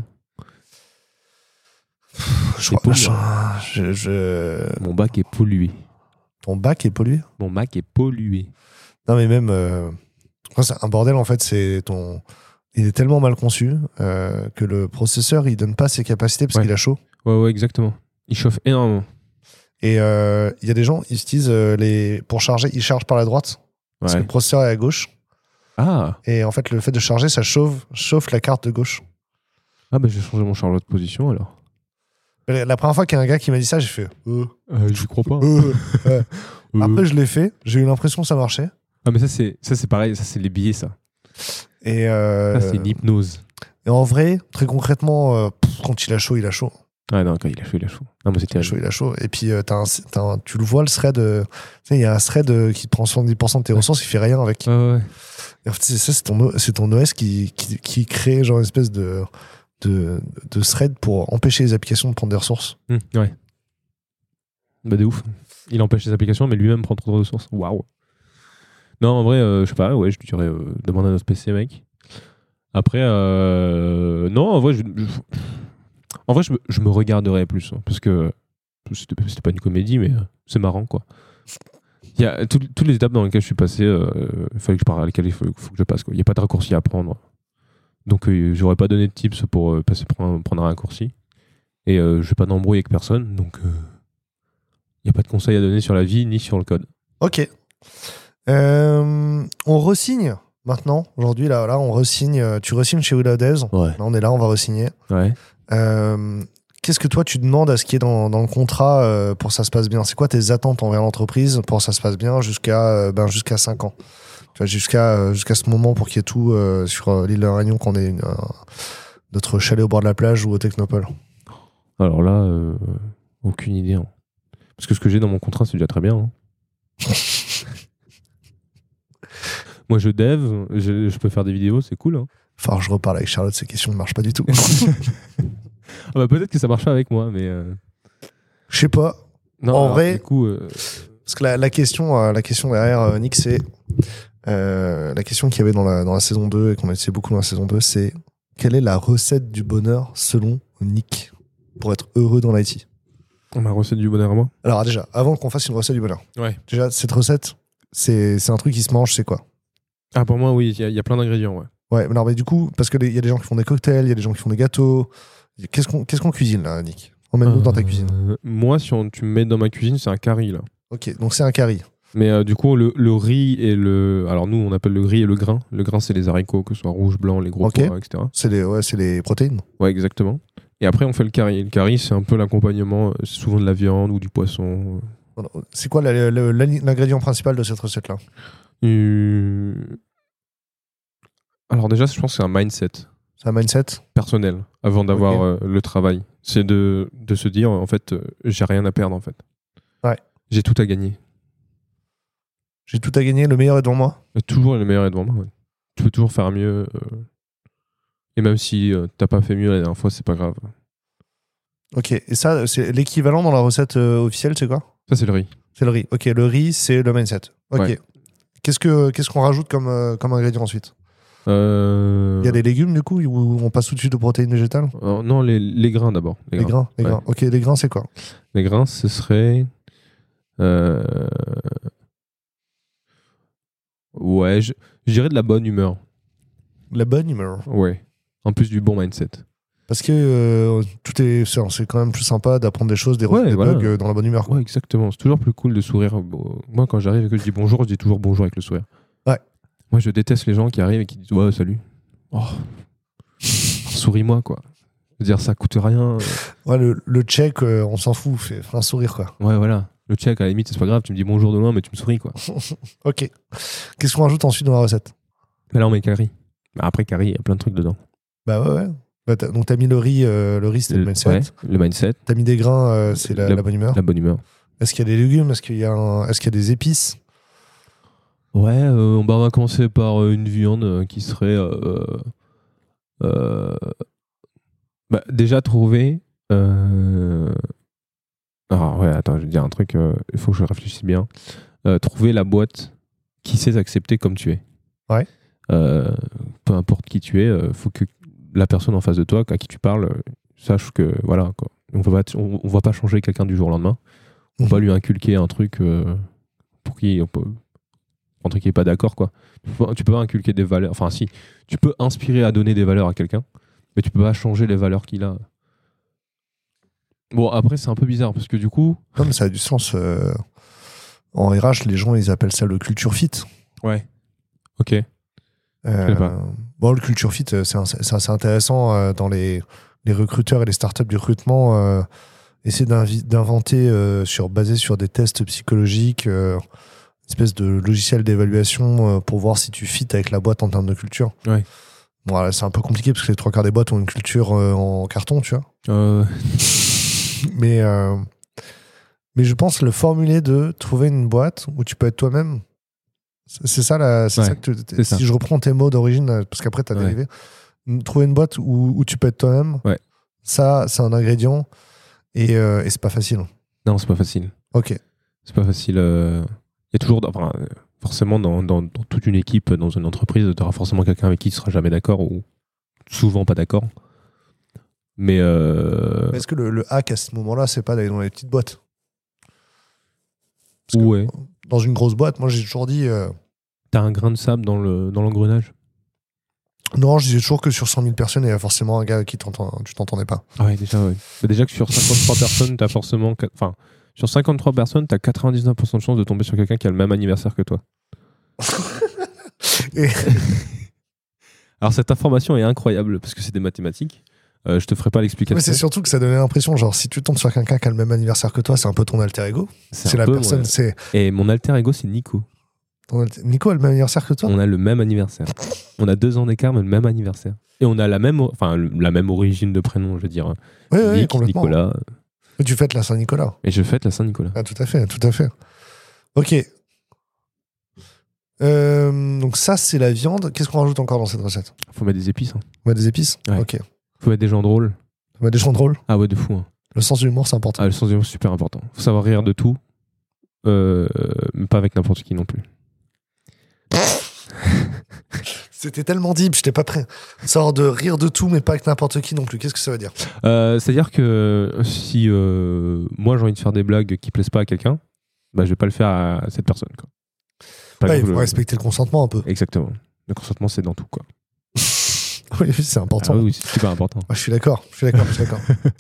Je C'est crois- pour je- moi. je- je- Mon bac est pollué. Ton bac est pollué? Mon Mac est pollué. Non, mais même. euh, moi, c'est un bordel, en fait, c'est ton. Il est tellement mal conçu euh, que le processeur, il donne pas ses capacités parce Ouais. qu'il a chaud. Ouais, ouais, exactement. Il chauffe énormément. Et euh, il y a des gens, ils utilisent euh, les. Pour charger, ils chargent par la droite. Parce que Ouais. le processeur est à gauche. Ah, Et en fait, le fait de charger, ça chauffe, chauffe la carte de gauche. ah bah j'ai changé mon chargeur de position alors. La la première fois qu'il y a un gars qui m'a dit ça, j'ai fait. Euh, Euh, J'y crois pas. euh, ouais. Euh. Après, je l'ai fait. J'ai eu l'impression que ça marchait. Ah mais ça c'est ça c'est pareil, ça c'est les billets ça. Et, euh, Ça c'est une hypnose. et en vrai, très concrètement, euh, pff, quand il a chaud, il a chaud. Ah non, quand il a chaud, il a chaud. Non, mais c'était Il a chaud, il a chaud. Et puis, euh, t'as un, t'as un- tu le vois, le thread. euh, tu sais, il y a un thread euh, qui prend soixante-dix pour cent de tes ressources, il fait rien avec. Ouais, ouais, ouais. Et en fait, c'est ça, c'est ton, O- c'est ton O S qui, qui, qui crée genre une espèce de, de, de thread pour empêcher les applications de prendre des ressources. Hum, ouais. Bah de ouf. Il empêche les applications, mais lui-même prend trop de ressources. Waouh. Non, en vrai, euh, je sais pas, ouais, je lui dirais euh, demande à notre P C, mec. Après, euh, non, en vrai, je, je- en vrai, je, me- je me regarderais plus, hein, parce que c'était c'était pas une comédie, mais euh, c'est marrant, quoi. Il y a tout- toutes les étapes dans lesquelles je suis passé, euh, il fallait que je parle à lesquelles il faut, faut que je passe, quoi. Il n'y a pas de raccourci à prendre. Donc, euh, j'aurais pas donné de tips pour euh, passer prendre, prendre un raccourci. Et euh, je vais pas d'embrouille avec personne, donc il n'y a pas de conseils à donner sur la vie ni sur le code. Ok. Euh, on resigne maintenant. Aujourd'hui, là, là, on resigne. euh, Tu resignes chez Will of Death. Ouais. Là, on est là, on va resigner. Ouais. Euh, Qu'est-ce que toi, tu demandes à ce qui est dans, dans le contrat euh, pour que ça se passe bien? C'est quoi tes attentes envers l'entreprise pour que ça se passe bien jusqu'à euh, ben, jusqu'à cinq ans? Tu vois, jusqu'à euh, jusqu'à ce moment pour qu'il y ait tout euh, sur euh, l'île de la Réunion, qu'on ait une, un- notre chalet au bord de la plage ou au Technopole. Alors là, euh, aucune idée. Hein. Parce que ce que j'ai dans mon contrat, c'est déjà très bien. Hein. Moi, je dev, je, je peux faire des vidéos, c'est cool. Hein. Enfin, je reparle avec Charlotte, ces questions ne marchent pas du tout. Ah bah, peut-être que ça marche pas avec moi, mais. Euh... Je sais pas. Non, en alors, vrai, du coup, euh... parce que la, la, question, euh, la question derrière, euh, Nick, c'est. Euh, la question qu'il y avait dans la, dans la saison deux et qu'on a essayé beaucoup dans la saison deux, c'est quelle est la recette du bonheur selon Nick pour être heureux dans l'I T? Ma recette du bonheur à moi. Alors, déjà, avant qu'on fasse une recette du bonheur, ouais. déjà, cette recette, c'est, c'est un truc qui se mange, c'est quoi? Ah, pour moi, oui, il y, y a plein d'ingrédients, ouais. Ouais, mais, alors, mais du coup, parce qu'il y a des gens qui font des cocktails, il y a des gens qui font des gâteaux. Qu'est-ce qu'on, qu'est-ce qu'on cuisine là, Nick? Emmène-nous euh, dans ta cuisine. Moi, si on, tu me mets dans ma cuisine, c'est un curry là. Ok, donc c'est un curry. Mais euh, du coup, le, le riz et le. Alors nous, on appelle le riz et le grain. Le grain, c'est les haricots, que ce soit rouge, blanc, les gros okay. pois, et cetera. C'est les, ouais, c'est les protéines. Ouais, exactement. Et après, on fait le curry. Le curry, c'est un peu l'accompagnement, c'est souvent de la viande ou du poisson. C'est quoi la, la, la, l'ingrédient principal de cette recette-là? euh... Alors déjà, je pense que c'est un mindset. C'est un mindset personnel, avant d'avoir okay. euh, le travail. C'est de, de se dire, en fait, euh, j'ai rien à perdre, en fait. Ouais. J'ai tout à gagner. J'ai tout à gagner, le meilleur est devant moi? Et toujours le meilleur est devant moi, ouais. Tu peux toujours faire mieux. Euh... Et même si euh, t'as pas fait mieux la dernière fois, c'est pas grave. Ok, et ça, c'est l'équivalent dans la recette euh, officielle, c'est quoi? Ça, c'est le riz. C'est le riz. Ok, le riz, c'est le mindset. Ok. Ouais. Qu'est-ce, que, qu'est-ce qu'on rajoute comme, euh, comme ingrédient ensuite? Euh... Il y a des légumes, du coup, où on passe tout de suite aux protéines végétales? euh, Non, les, les grains d'abord. Les, les grains, grains, les ouais. grains. Ok, les grains, c'est quoi? Les grains, ce serait... Euh... Ouais, je, je dirais de la bonne humeur. De la bonne humeur? Ouais. En plus du bon mindset. Parce que euh, tout est, c'est quand même plus sympa d'apprendre des choses, des, ouais, des voilà. bugs dans la bonne humeur. Ouais, exactement. C'est toujours plus cool de sourire. Moi, quand j'arrive et que je dis bonjour, je dis toujours bonjour avec le sourire. Ouais. Moi, je déteste les gens qui arrivent et qui disent ouais, salut. Oh. Souris-moi, quoi. Je veux dire, ça coûte rien. Ouais, le, le check, euh, on s'en fout, fait un sourire, quoi. Ouais, voilà. Le check, à la limite, c'est pas grave. Tu me dis bonjour de loin, mais tu me souris, quoi. Ok. Qu'est-ce qu'on rajoute ensuite dans la recette? Bah là, on met curry. Bah après, curry, il y a plein de trucs dedans. Bah ouais, ouais. Bah t'as, donc t'as mis le riz, euh, le riz c'était le, le mindset. Ouais, le mindset. T'as mis des grains, euh, c'est la, la, la bonne humeur. La bonne humeur. Est-ce qu'il y a des légumes? Est-ce qu'il y a, un... Est-ce qu'il y a des épices? Ouais, euh, bah on va commencer par euh, une viande euh, qui serait euh, euh, bah, déjà trouver. Euh... Alors ouais, attends, je vais dire un truc. Il euh, faut que je réfléchisse bien. Euh, trouver la boîte qui sait t'accepter comme tu es. Ouais. Euh, peu importe qui tu es, euh, faut que la personne en face de toi, à qui tu parles, euh, sache que voilà, quoi. On va pas, on, on va pas changer quelqu'un du jour au lendemain. On va mmh. pas lui inculquer un truc euh, pour qui on peut, un truc qui est pas d'accord, quoi. Tu peux, tu peux pas inculquer des valeurs. Enfin, si, tu peux inspirer à donner des valeurs à quelqu'un, mais tu peux pas changer les valeurs qu'il a. Bon, après, c'est un peu bizarre parce que du coup. Non, mais ça a du sens. Euh... En R H, les gens, ils appellent ça le culture fit. Ouais. Ok. Euh, Je sais pas. Bon, le culture fit, c'est, un, c'est assez intéressant euh, dans les, les recruteurs et les startups du recrutement. Euh, essayer d'inventer, euh, sur, basé sur des tests psychologiques, euh, une espèce de logiciel d'évaluation euh, pour voir si tu fit avec la boîte en termes de culture. Ouais. Bon, là, c'est un peu compliqué parce que les trois quarts des boîtes ont une culture euh, en carton, tu vois. Euh... mais, euh, mais je pense le formuler de trouver une boîte où tu peux être toi-même. C'est ça, la, c'est ouais, ça que tu, c'est si ça. je reprends tes mots d'origine, parce qu'après tu as ouais. dérivé, trouver une boîte où, où tu peux être toi-même, ouais. ça, c'est un ingrédient et, euh, et c'est pas facile. Non, c'est pas facile. Ok. C'est pas facile. Il euh... y a toujours, enfin, forcément, dans, dans, dans toute une équipe, dans une entreprise, tu auras forcément quelqu'un avec qui tu seras jamais d'accord ou souvent pas d'accord. Mais. Euh... Est-ce que le, le hack à ce moment-là, c'est pas d'aller dans les petites boîtes? Parce ouais. Dans une grosse boîte, moi j'ai toujours dit. Euh... T'as un grain de sable dans, le, dans l'engrenage? Non, je disais toujours que sur cent mille personnes, il y a forcément un gars qui t'entend, tu t'entendais pas. Ah ouais, déjà, ouais. Mais déjà que sur cinquante-trois personnes, t'as forcément. Enfin, sur cinquante-trois personnes, t'as quatre-vingt-dix-neuf pour cent de chance de tomber sur quelqu'un qui a le même anniversaire que toi. Et... Alors, cette information est incroyable parce que c'est des mathématiques. Euh, je te ferai pas l'explication. Mais c'est surtout que ça donnait l'impression, genre, si tu tombes sur quelqu'un qui a le même anniversaire que toi, c'est un peu ton alter ego. C'est, c'est la peu, personne, ouais. c'est. Et mon alter ego, c'est Nico. Alter... Nico a le même anniversaire que toi? On a le même anniversaire. On a deux ans d'écart, mais le même anniversaire. Et on a la même, enfin, la même origine de prénom, je veux dire. Oui, Nick, oui, complètement. Nicolas. Et tu fêtes la Saint-Nicolas. Et je fête la Saint-Nicolas. Ah, tout à fait, tout à fait. Ok. Euh, donc ça, c'est la viande. Qu'est-ce qu'on rajoute encore dans cette recette? Faut mettre des épices. Hein. On met des épices. Ouais. Ok. Faut mettre des gens drôles. On met des gens drôles. Ah ouais, de fou. Hein. Le sens de l'humour, c'est important. Ah, le sens de l'humour, c'est super important. Faut savoir rire de tout, euh, mais pas avec n'importe qui non plus. C'était tellement deep, j'étais pas prêt. Sort de rire de tout, mais pas avec n'importe qui non plus. Qu'est-ce que ça veut dire? euh, C'est-à-dire que si euh, moi j'ai envie de faire des blagues qui plaisent pas à quelqu'un, bah je vais pas le faire à cette personne. Quoi. Par Ouais, exemple, il faut le- respecter le consentement un peu. Exactement. Le consentement, c'est dans tout. Quoi. Oui, c'est important. Ah oui, c'est super important. Ouais, je suis d'accord, je suis d'accord, je suis d'accord.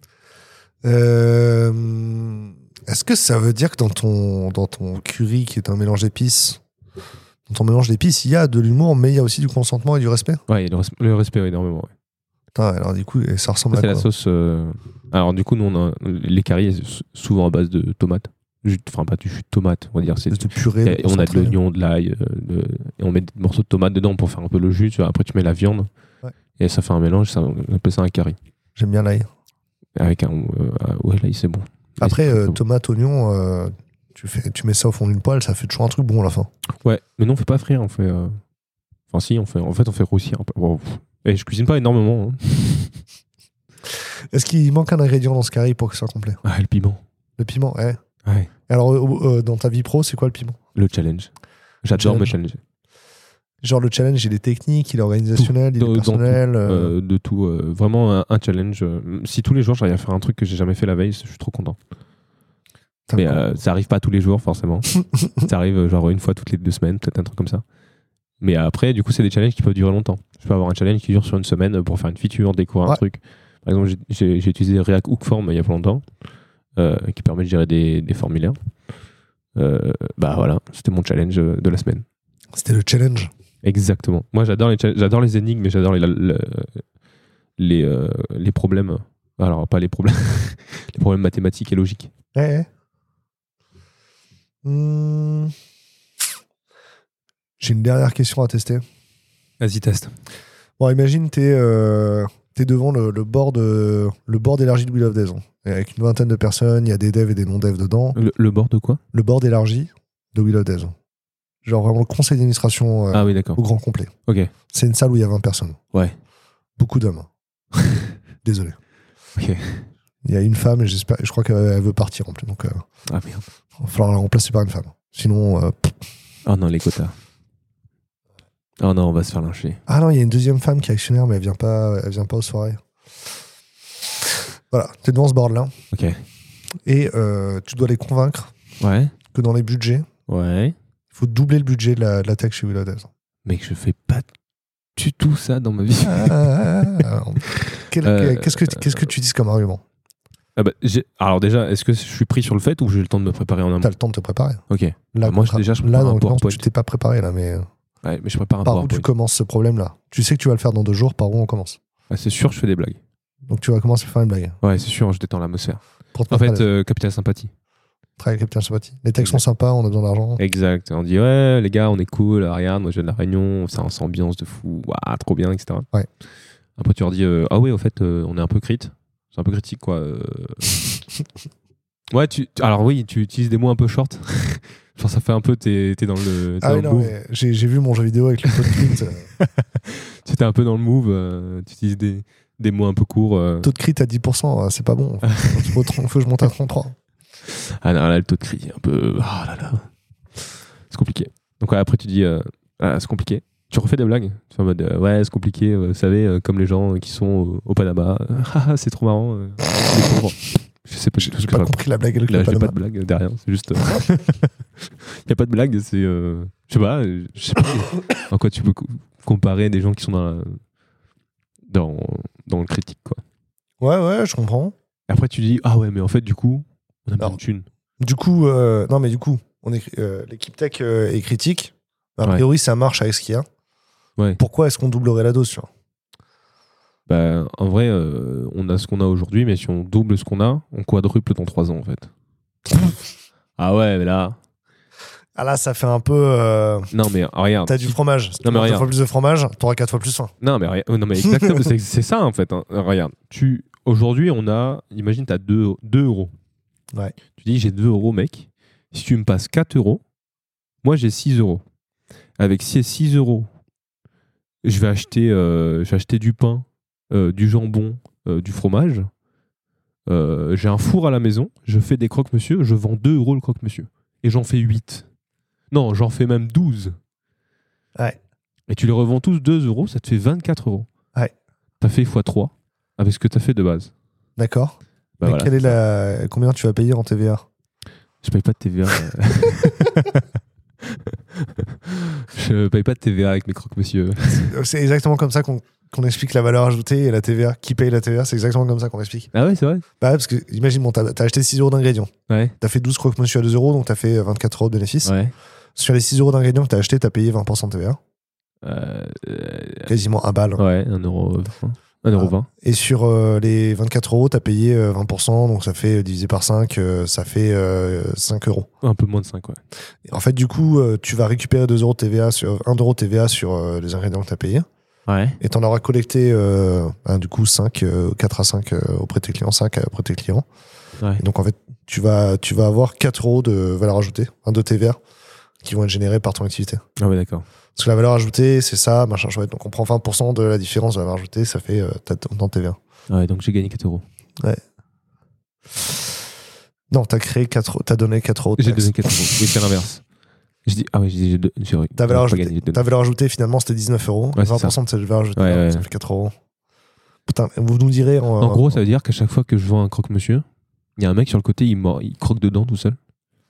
Euh, Est-ce que ça veut dire que dans ton, dans ton curry, qui est un mélange d'épices, dans ton mélange d'épices, il y a de l'humour, mais il y a aussi du consentement et du respect? Ouais, le, res- le respect énormément. Ouais. Putain, alors du coup, et ça ressemble Ça, à c'est quoi? la sauce. euh, Alors du coup, nous on a les caries s- souvent à base de tomates. Jus de- Enfin pas du jus de tomate, on va dire. C'est De purée. Et de on a de concentré. l'oignon, de l'ail, euh, de- et on met des morceaux de tomate dedans pour faire un peu le jus. Tu vois. Après, tu mets la viande Ouais. et ça fait un mélange. Ça, on appelle ça un curry. J'aime bien l'ail. Avec un, euh, ouais, l'ail, c'est bon. Après, Mais c'est euh, bon. tomate, oignon, euh, tu, fais, tu mets ça au fond d'une poêle, ça fait toujours un truc bon à la fin. Ouais, mais non, on fait pas frire. On fait. euh, Enfin, si, on fait. En fait, on fait roussir un peu. Bon, pff. Et je cuisine pas énormément. Hein. Est-ce qu'il manque un ingrédient dans ce curry pour que ce soit complet? Ah, le piment. Le piment, ouais. Ouais. Alors, euh, euh, dans ta vie pro, c'est quoi le piment? Le challenge. J'adore me challenge. challenger. Genre, le challenge, il est technique, il est organisationnel, il Dans- est dans personnel. tout, euh, euh, de tout. euh, vraiment un, un challenge. euh, Si tous les jours j'arrive à faire un truc que j'ai jamais fait la veille, je suis trop content. t'as Mais quoi euh, ça arrive pas tous les jours, forcément. Ça arrive euh, genre une fois toutes les deux semaines, peut-être un truc comme ça. Mais après, du coup, c'est des challenges qui peuvent durer longtemps. Je peux avoir un challenge qui dure sur une semaine pour faire une feature, découvrir Ouais. un truc. Par exemple, j'ai- j'ai j'ai utilisé React Hookform il y a pas longtemps, euh, qui permet de gérer des, des formulaires. Euh, bah voilà, c'était mon challenge euh, de la semaine. C'était le challenge. Exactement. Moi, j'adore les, chal- j'adore les énigmes, mais j'adore les, le- les, euh, les problèmes. Alors, pas les problèmes, les problèmes mathématiques et logiques. Ouais, ouais. Hmm. J'ai une dernière question à tester. Vas-y, teste. Bon, imagine, t'es euh, t'es devant le, le bord de le bord élargi de Wheel of Days. hein. Et avec une vingtaine de personnes, il y a des devs et des non-devs dedans. Le, le bord de quoi? Le bord élargi de Wheel of Days. Genre vraiment le conseil d'administration euh, Ah oui, d'accord. au grand complet. Ok. C'est une salle où il y a vingt personnes. Ouais. Beaucoup d'hommes. Désolé. Ok. Il y a une femme et j'espère, je crois qu'elle veut partir en plus. Donc, euh, Ah merde. il va falloir la remplacer par une femme. Sinon, euh, pff. Oh non, les quotas. Oh non, on va se faire lyncher. ah non, il y a une deuxième femme qui est actionnaire, mais elle vient pas, elle vient pas aux soirées. Voilà, t'es devant ce board-là Ok. et euh, tu dois les convaincre Ouais. que dans les budgets, Ouais. il faut doubler le budget de la, de la tech chez Wheel of Days. Mec, je fais pas du tout ça dans ma vie. Alors, quel- Euh, qu'est-ce, que, qu'est-ce que tu dis comme argument? Ah bah, j'ai- Alors déjà, est-ce que je suis pris sur le fait ou j'ai le temps de me préparer en amont? T'as le temps de te préparer. Ok. Là, Bah, moi, contra- déjà, je là prépare dans un le PowerPoint. tu t'es pas préparé là, mais Ouais, mais je prépare un par où tu PowerPoint. commences ce problème-là? Tu sais que tu vas le faire dans deux jours, par où on commence? Ah, c'est sûr, je fais des blagues. Donc tu vas commencer à faire une blague. Ouais, c'est sûr, je détends l'atmosphère. Pour te En mettre à fait, l'aise. euh, capital sympathie. Très Capitaine Sympathie. Les textes sont sympas, on a besoin d'argent. Exact. On dit, ouais, les gars, on est cool, regarde, moi je viens de la Réunion, ça s'ambiance de fou, waouh, trop bien, et cetera. Ouais. Après, tu leur dis, euh, ah ouais, au fait, euh, on est un peu crit. C'est un peu critique, quoi. euh. Ouais, tu, tu- alors oui, tu utilises des mots un peu short. Genre, ça fait un peu, t'es t'es dans le, t'es Ah dans oui, le non, move. mais j'ai, j'ai vu mon jeu vidéo avec le code crit. euh, Tu étais un peu dans le move, euh, tu utilises des, des mots un peu courts. euh. taux de crit à dix pour cent, euh, c'est pas bon. Il faut, faut que je monte à trente-trois. Ah non, là, le taux de cri, un peu. Ah là là. C'est compliqué. Donc, ouais, après, tu dis, euh, ah, c'est compliqué. Tu refais des blagues. Tu es en mode, euh, ouais, c'est compliqué, euh, vous savez, euh, comme les gens qui sont au, au Panama. Euh, Ah, c'est trop marrant. euh, les pauvres. Je sais pas, J'ai, tout ce j'ai que pas je raconte. compris la blague avec Là, le j'ai pas Panama. de blague derrière, c'est juste. Il n'y a pas de blague, c'est. euh, je sais pas, euh, je sais pas en quoi tu peux co- comparer des gens qui sont dans, la, dans, dans le critique, quoi. Ouais, ouais, je comprends. Et après, tu dis, ah ouais, mais en fait, du coup, on a mis Alors, une thune. Du coup, euh, non, mais du coup, on est, euh, l'équipe tech euh, est critique. A Ouais. priori, ça marche avec ce qu'il y a. Ouais. Pourquoi est-ce qu'on doublerait la dose, tu vois? Bah, en vrai, euh, on a ce qu'on a aujourd'hui, mais si on double ce qu'on a, on quadruple dans trois ans, en fait. Ah ouais, mais là. Ah là, ça fait un peu. euh, Non, mais regarde. T'as du fromage. Si tu Non, mais manges deux regarde. fois plus de fromage, t'auras quatre fois plus faim. Non, mais, regarde- non, mais exactement, c'est, c'est ça, en fait. Hein. Regarde. Tu, aujourd'hui, on a. Imagine, t'as deux euros. Ouais. Tu dis, j'ai deux euros, mec. Si tu me passes quatre euros, moi, j'ai six euros. avec ces six euros, je vais acheter, euh, je vais acheter du pain, euh, du jambon, euh, du fromage. Euh, j'ai un four à la maison, je fais des croque-monsieur, je vends deux euros le croque-monsieur. Et j'en fais huit. Non, j'en fais même douze. Ouais. Et tu les revends tous deux euros, ça te fait vingt-quatre euros. Ouais. T'as fait fois trois avec ce que t'as fait de base. D'accord. Bah Mais voilà, quelle est la... Combien tu vas payer en T V A? Je paye pas de T V A. Je paye pas de T V A avec mes croque-monsieur. C'est exactement comme ça qu'on qu'on explique la valeur ajoutée et la T V A. Qui paye la T V A, c'est exactement comme ça qu'on explique. Ah ouais, c'est vrai. Bah ouais, parce que imagine, bon, t'as, t'as acheté six euros d'ingrédients. Ouais. T'as fait douze croque-monsieur à deux euros, donc t'as fait vingt-quatre euros de bénéfice. Ouais. Sur les six euros d'ingrédients que t'as acheté, t'as payé vingt pour cent de T V A. Euh, euh, Quasiment un balle. Ouais, un euro vingt. un euro vingt. Et sur euh, les vingt-quatre euros, t'as payé euh, vingt pour cent, donc ça fait euh, divisé par cinq, euh, ça fait euh, cinq euros. Un peu moins de cinq, ouais. Et en fait, du coup, euh, tu vas récupérer deux euros de T V A sur, un euro de T V A sur euh, les ingrédients que t'as payés. Ouais. Et t'en auras collecté euh, ben, du coup cinq, euh, quatre à cinq euh, auprès de tes clients, cinq auprès de tes clients. Ouais. Et donc en fait, tu vas, tu vas avoir quatre euros de valeur ajoutée, un de T V A, qui vont être générés par ton activité. Ah ouais, d'accord. Parce que la valeur ajoutée, c'est ça, machin chouette. Donc on prend vingt pour cent de la différence de la valeur ajoutée, ça fait euh, ton T V A. Ouais, donc j'ai gagné quatre euros. Ouais. Non, t'as créé quatre, t'as donné quatre euros de J'ai taxe. donné quatre euros. Oui, c'est l'inverse. Je dis, ah oui, j'ai dit, j'ai, deux- j'ai, Ta valeur, j'ai pas ajoutée, gagné, j'ai donné. ta valeur ajoutée, finalement, c'était dix-neuf euros. Ouais, c'est vingt pour cent ça. de cette valeur ajoutée, Ouais, ouais, ça ouais. fait quatre euros. Putain, vous nous direz... En, En gros, ça veut dire qu'à chaque fois que je vends un croque-monsieur, il y a un mec sur le côté, il, mord- il croque dedans tout seul.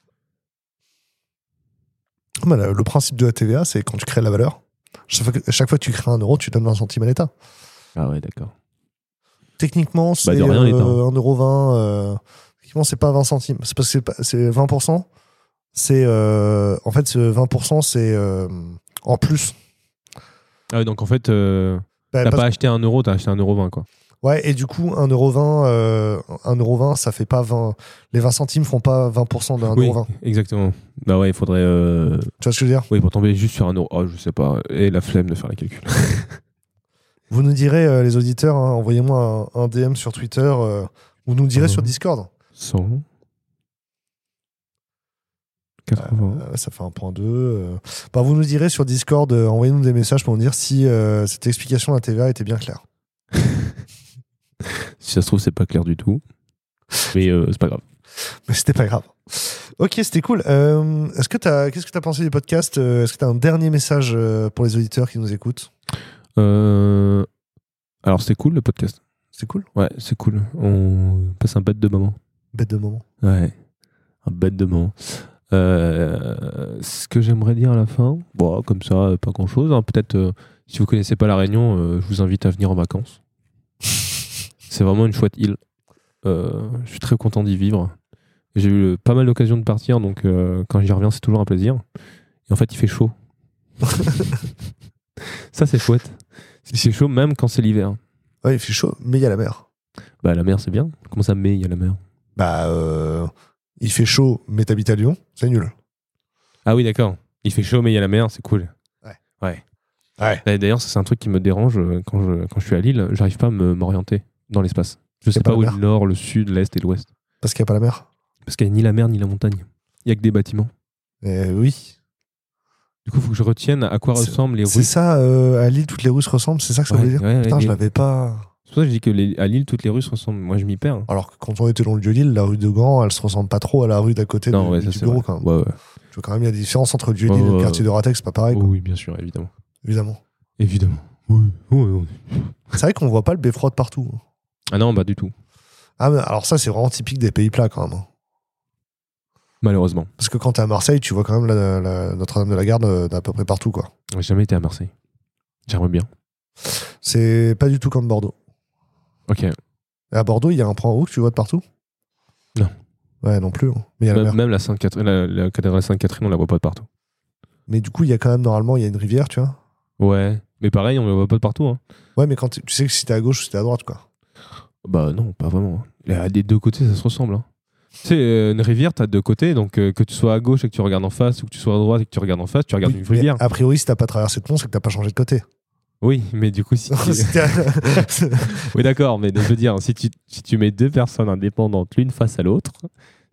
Bah, le, le principe de la T V A, c'est quand tu crées la valeur, chaque fois que, chaque fois que tu crées un euro, tu donnes vingt centimes à l'État. Ah ouais, d'accord. Techniquement, c'est de rien, euh, l'État. un euro vingt. Euh, techniquement, c'est pas vingt centimes. C'est parce que c'est, pas, c'est vingt pour cent. C'est, euh, en fait, ce vingt pour cent, c'est euh, en plus. Ah ouais, donc en fait, euh, Bah, t'as parce- pas acheté un euro, t'as acheté un euro vingt, quoi. Ouais, et du coup, un euro vingt, euh, un euro vingt, ça fait pas vingt. Les vingt centimes font pas vingt pour cent d'un Oui, euro vingt. exactement. Bah ouais, il faudrait. euh, Tu vois ce que je veux dire? Oui, pour tomber juste sur un euro. Oh, je sais pas. Et la flemme de faire les calculs. Vous nous direz, euh, les auditeurs, hein, envoyez-moi un, un D M sur Twitter. Euh, vous nous direz Mhm. sur Discord. cent. quatre-vingts. Euh, ça fait un point deux. Euh. Bah, vous nous direz sur Discord, euh, envoyez-nous des messages pour nous dire si euh, cette explication de la T V A était bien claire. Si ça se trouve, c'est pas clair du tout. Mais euh, c'est pas grave. Mais c'était pas grave. Ok, c'était cool. Euh, est-ce que t'as, qu'est-ce que tu as pensé du podcast? Euh, Est-ce que tu as un dernier message euh, pour les auditeurs qui nous écoutent? Euh... Alors, c'était cool le podcast. C'était cool. Ouais, c'est cool. On passe un bête de moment. Bête de moment. Ouais, un bête de moment. Euh, ce que j'aimerais dire à la fin, bon, comme ça, pas grand chose. Hein. Peut-être, euh, si vous connaissez pas La Réunion, euh, je vous invite à venir en vacances. C'est vraiment une chouette île. Euh, je suis très content d'y vivre. J'ai eu euh, pas mal d'occasions de partir, donc euh, quand j'y reviens, c'est toujours un plaisir. Et en fait, il fait chaud. Ça, c'est chouette. Il fait chaud même quand c'est l'hiver. Ouais, il fait chaud, mais il y a la mer. Bah, la mer, c'est bien. Comment ça, mais il y a la mer? Bah, euh, il fait chaud, mais t'habites à Lyon, c'est nul. Ah oui, d'accord. Il fait chaud, mais il y a la mer, c'est cool. Ouais. Ouais. Ouais. Et d'ailleurs, ça, c'est un truc qui me dérange euh, quand je, quand je suis à Lille. J'arrive pas à me, m'orienter dans l'espace. Je sais pas pas la où est mer. le nord, le sud, l'est et l'ouest. Parce qu'il n'y a pas la mer. Parce qu'il n'y a ni la mer ni la montagne. Il y a que des bâtiments. Eh oui. Du coup, il faut que je retienne à quoi C'est- ressemblent les C'est rues. ça, euh, à Lille, toutes les rues se ressemblent, c'est ça que ça Ouais, veut dire? ouais, Putain, les- je l'avais pas. C'est pour ça que je dis que les- à Lille, toutes les rues se ressemblent. Moi, je m'y perds. Alors que quand on était dans le Vieux-Lille, la rue de Gand, elle se ressemble pas trop à la rue d'à côté Non, du, ouais, ça du c'est bureau vrai. quand même. Ouais, ouais. Tu vois quand même, il y a des différences entre le Vieux-Lille Ouais, et le ouais, quartier ouais. de Ratex, c'est pas pareil, Oh, quoi, oui, bien sûr, évidemment. évidemment. Évidemment. Oui, oui, oui. C'est vrai qu'on voit pas le beffroi de partout. Ah non, bah du tout. Ah, mais alors ça, c'est vraiment typique des pays plats quand même. hein. Malheureusement. Parce que quand t'es à Marseille, tu vois quand même la, la- Notre-Dame de la Garde euh, d'à peu près partout, quoi. J'ai jamais été à Marseille. J'aimerais bien. C'est pas du tout comme Bordeaux. Ok. Et à Bordeaux, il y a un point haut que tu vois de partout? Non. Ouais, non plus. hein. Mais il y a la Même, mer. même la Sainte-Catherine, la, la cathédrale Sainte-Catherine, on la voit pas de partout. Mais du coup, il y a quand même, normalement, il y a une rivière, tu vois. Ouais. Mais pareil, on la voit pas de partout. Hein. Ouais, mais quand tu tu sais que si t'es à gauche ou si t'es à droite, quoi. Bah non, pas vraiment. hein. Des deux côtés, ça se ressemble. Hein. Tu sais, euh, une rivière, t'as deux côtés, donc euh, que tu sois à gauche et que tu regardes en face, ou que tu sois à droite et que tu regardes en face, tu regardes Oui, une mais rivière. a priori, si t'as pas traversé de pont, c'est que t'as pas changé de côté. Oui, mais du coup, si tu... Si t'es à- Oui, d'accord, mais je veux dire, si tu, si tu mets deux personnes indépendantes l'une face à l'autre,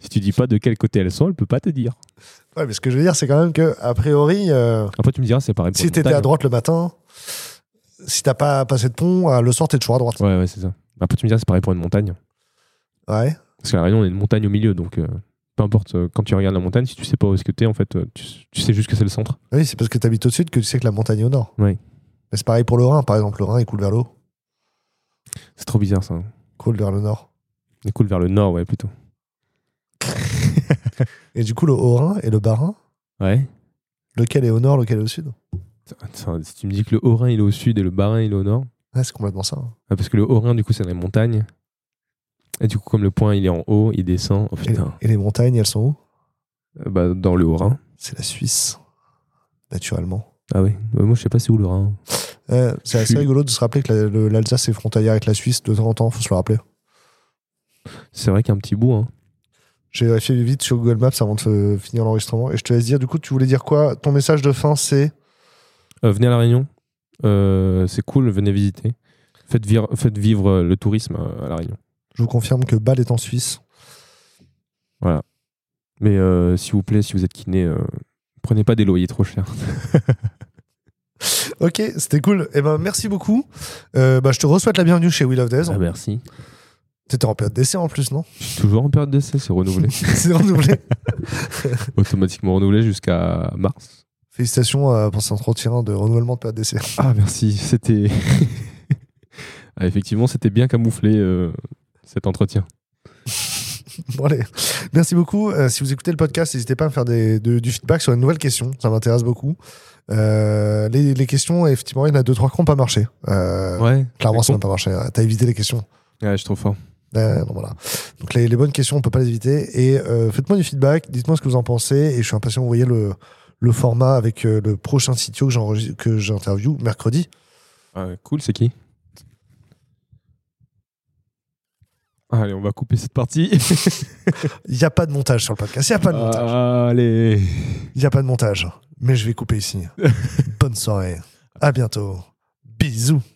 Si tu dis pas de quel côté elles sont, elle peut pas te dire. Ouais, mais ce que je veux dire, c'est quand même que, a priori, euh, Après, tu me diras, c'est pareil pour si les t'étais montagnes, à droite le matin, si t'as pas passé de pont, euh, le soir, t'es toujours à droite. hein. Ouais, ouais, c'est ça. Après, tu me diras, c'est pareil pour une montagne. Ouais. Parce qu'à La Réunion, on a une montagne au milieu, donc euh, peu importe. euh, quand tu regardes la montagne, si tu sais pas où est-ce que t'es, en fait, euh, tu, tu sais juste que c'est le centre. Oui, c'est parce que t'habites au sud que tu sais que la montagne est au nord. Oui. Mais c'est pareil pour le Rhin, par exemple. Le Rhin, il coule vers le haut. C'est trop bizarre, ça. Il coule vers le nord. Il coule vers le nord, ouais, plutôt. Et du coup, le Haut-Rhin et le Bas-Rhin, Ouais. lequel est au nord, lequel est au sud? Attends, si tu me dis que le Haut-Rhin, il est au sud et le Bas-Rhin, il est au nord. Ouais, c'est complètement ça. hein. Ah, parce que le Haut-Rhin, du coup, c'est dans les montagnes. Et du coup, comme le point, il est en haut, il descend. Oh Et, putain. et les montagnes, elles sont où? Euh, bah, dans le Haut-Rhin. C'est la Suisse, naturellement. Ah oui. Ouais, moi, je sais pas c'est où le Rhin. Ouais, c'est assez suis- rigolo de se rappeler que la- le- l'Alsace est frontalière avec la Suisse de temps en temps, faut se le rappeler. C'est vrai qu'il y a un petit bout, hein. J'ai vérifié vite sur Google Maps avant de f- finir l'enregistrement et je te laisse dire, du coup, tu voulais dire quoi? Ton message de fin, c'est. Euh, venez à La Réunion. Euh, c'est cool, venez visiter. Faites, vir- faites vivre euh, le tourisme euh, à La Réunion. Je vous confirme que Bâle est en Suisse. Voilà. Mais euh, s'il vous plaît, si vous êtes kiné, euh, prenez pas des loyers trop chers. Ok, c'était cool. Eh ben, merci beaucoup. Euh, bah, je te re-souhaite la bienvenue chez We Love Days. Ah, merci. T'étais en période d'essai en plus, non? Je suis toujours en période d'essai, c'est renouvelé. C'est renouvelé. Automatiquement renouvelé jusqu'à mars. Félicitations euh, pour cet entretien de renouvellement de période d'essai. Ah, merci. C'était. Ah, effectivement, c'était bien camouflé euh, cet entretien. Bon, allez. Merci beaucoup. Euh, si vous écoutez le podcast, n'hésitez pas à me faire des, de- du feedback sur une nouvelle question. Ça m'intéresse beaucoup. Euh, les, les questions, effectivement, il y en a deux, trois qui n'ont pas marché. Euh, Ouais. Clairement, ça con. n'a pas marché. T'as évité les questions. Ouais, je suis trop fort. Euh, donc voilà. Donc les, les bonnes questions, on peut pas les éviter. Et euh, faites-moi du feedback, dites-moi ce que vous en pensez. Et je suis impatient de vous voyez le, le format avec euh, le prochain C T O que j'enregistre- que j'interview mercredi. Ah, ouais, cool, c'est qui? Allez, on va couper cette partie. Il n'y a pas de montage sur le podcast. Il n'y a pas de montage. Allez. Il n'y a pas de montage. Mais je vais couper ici. Bonne soirée. À bientôt. Bisous.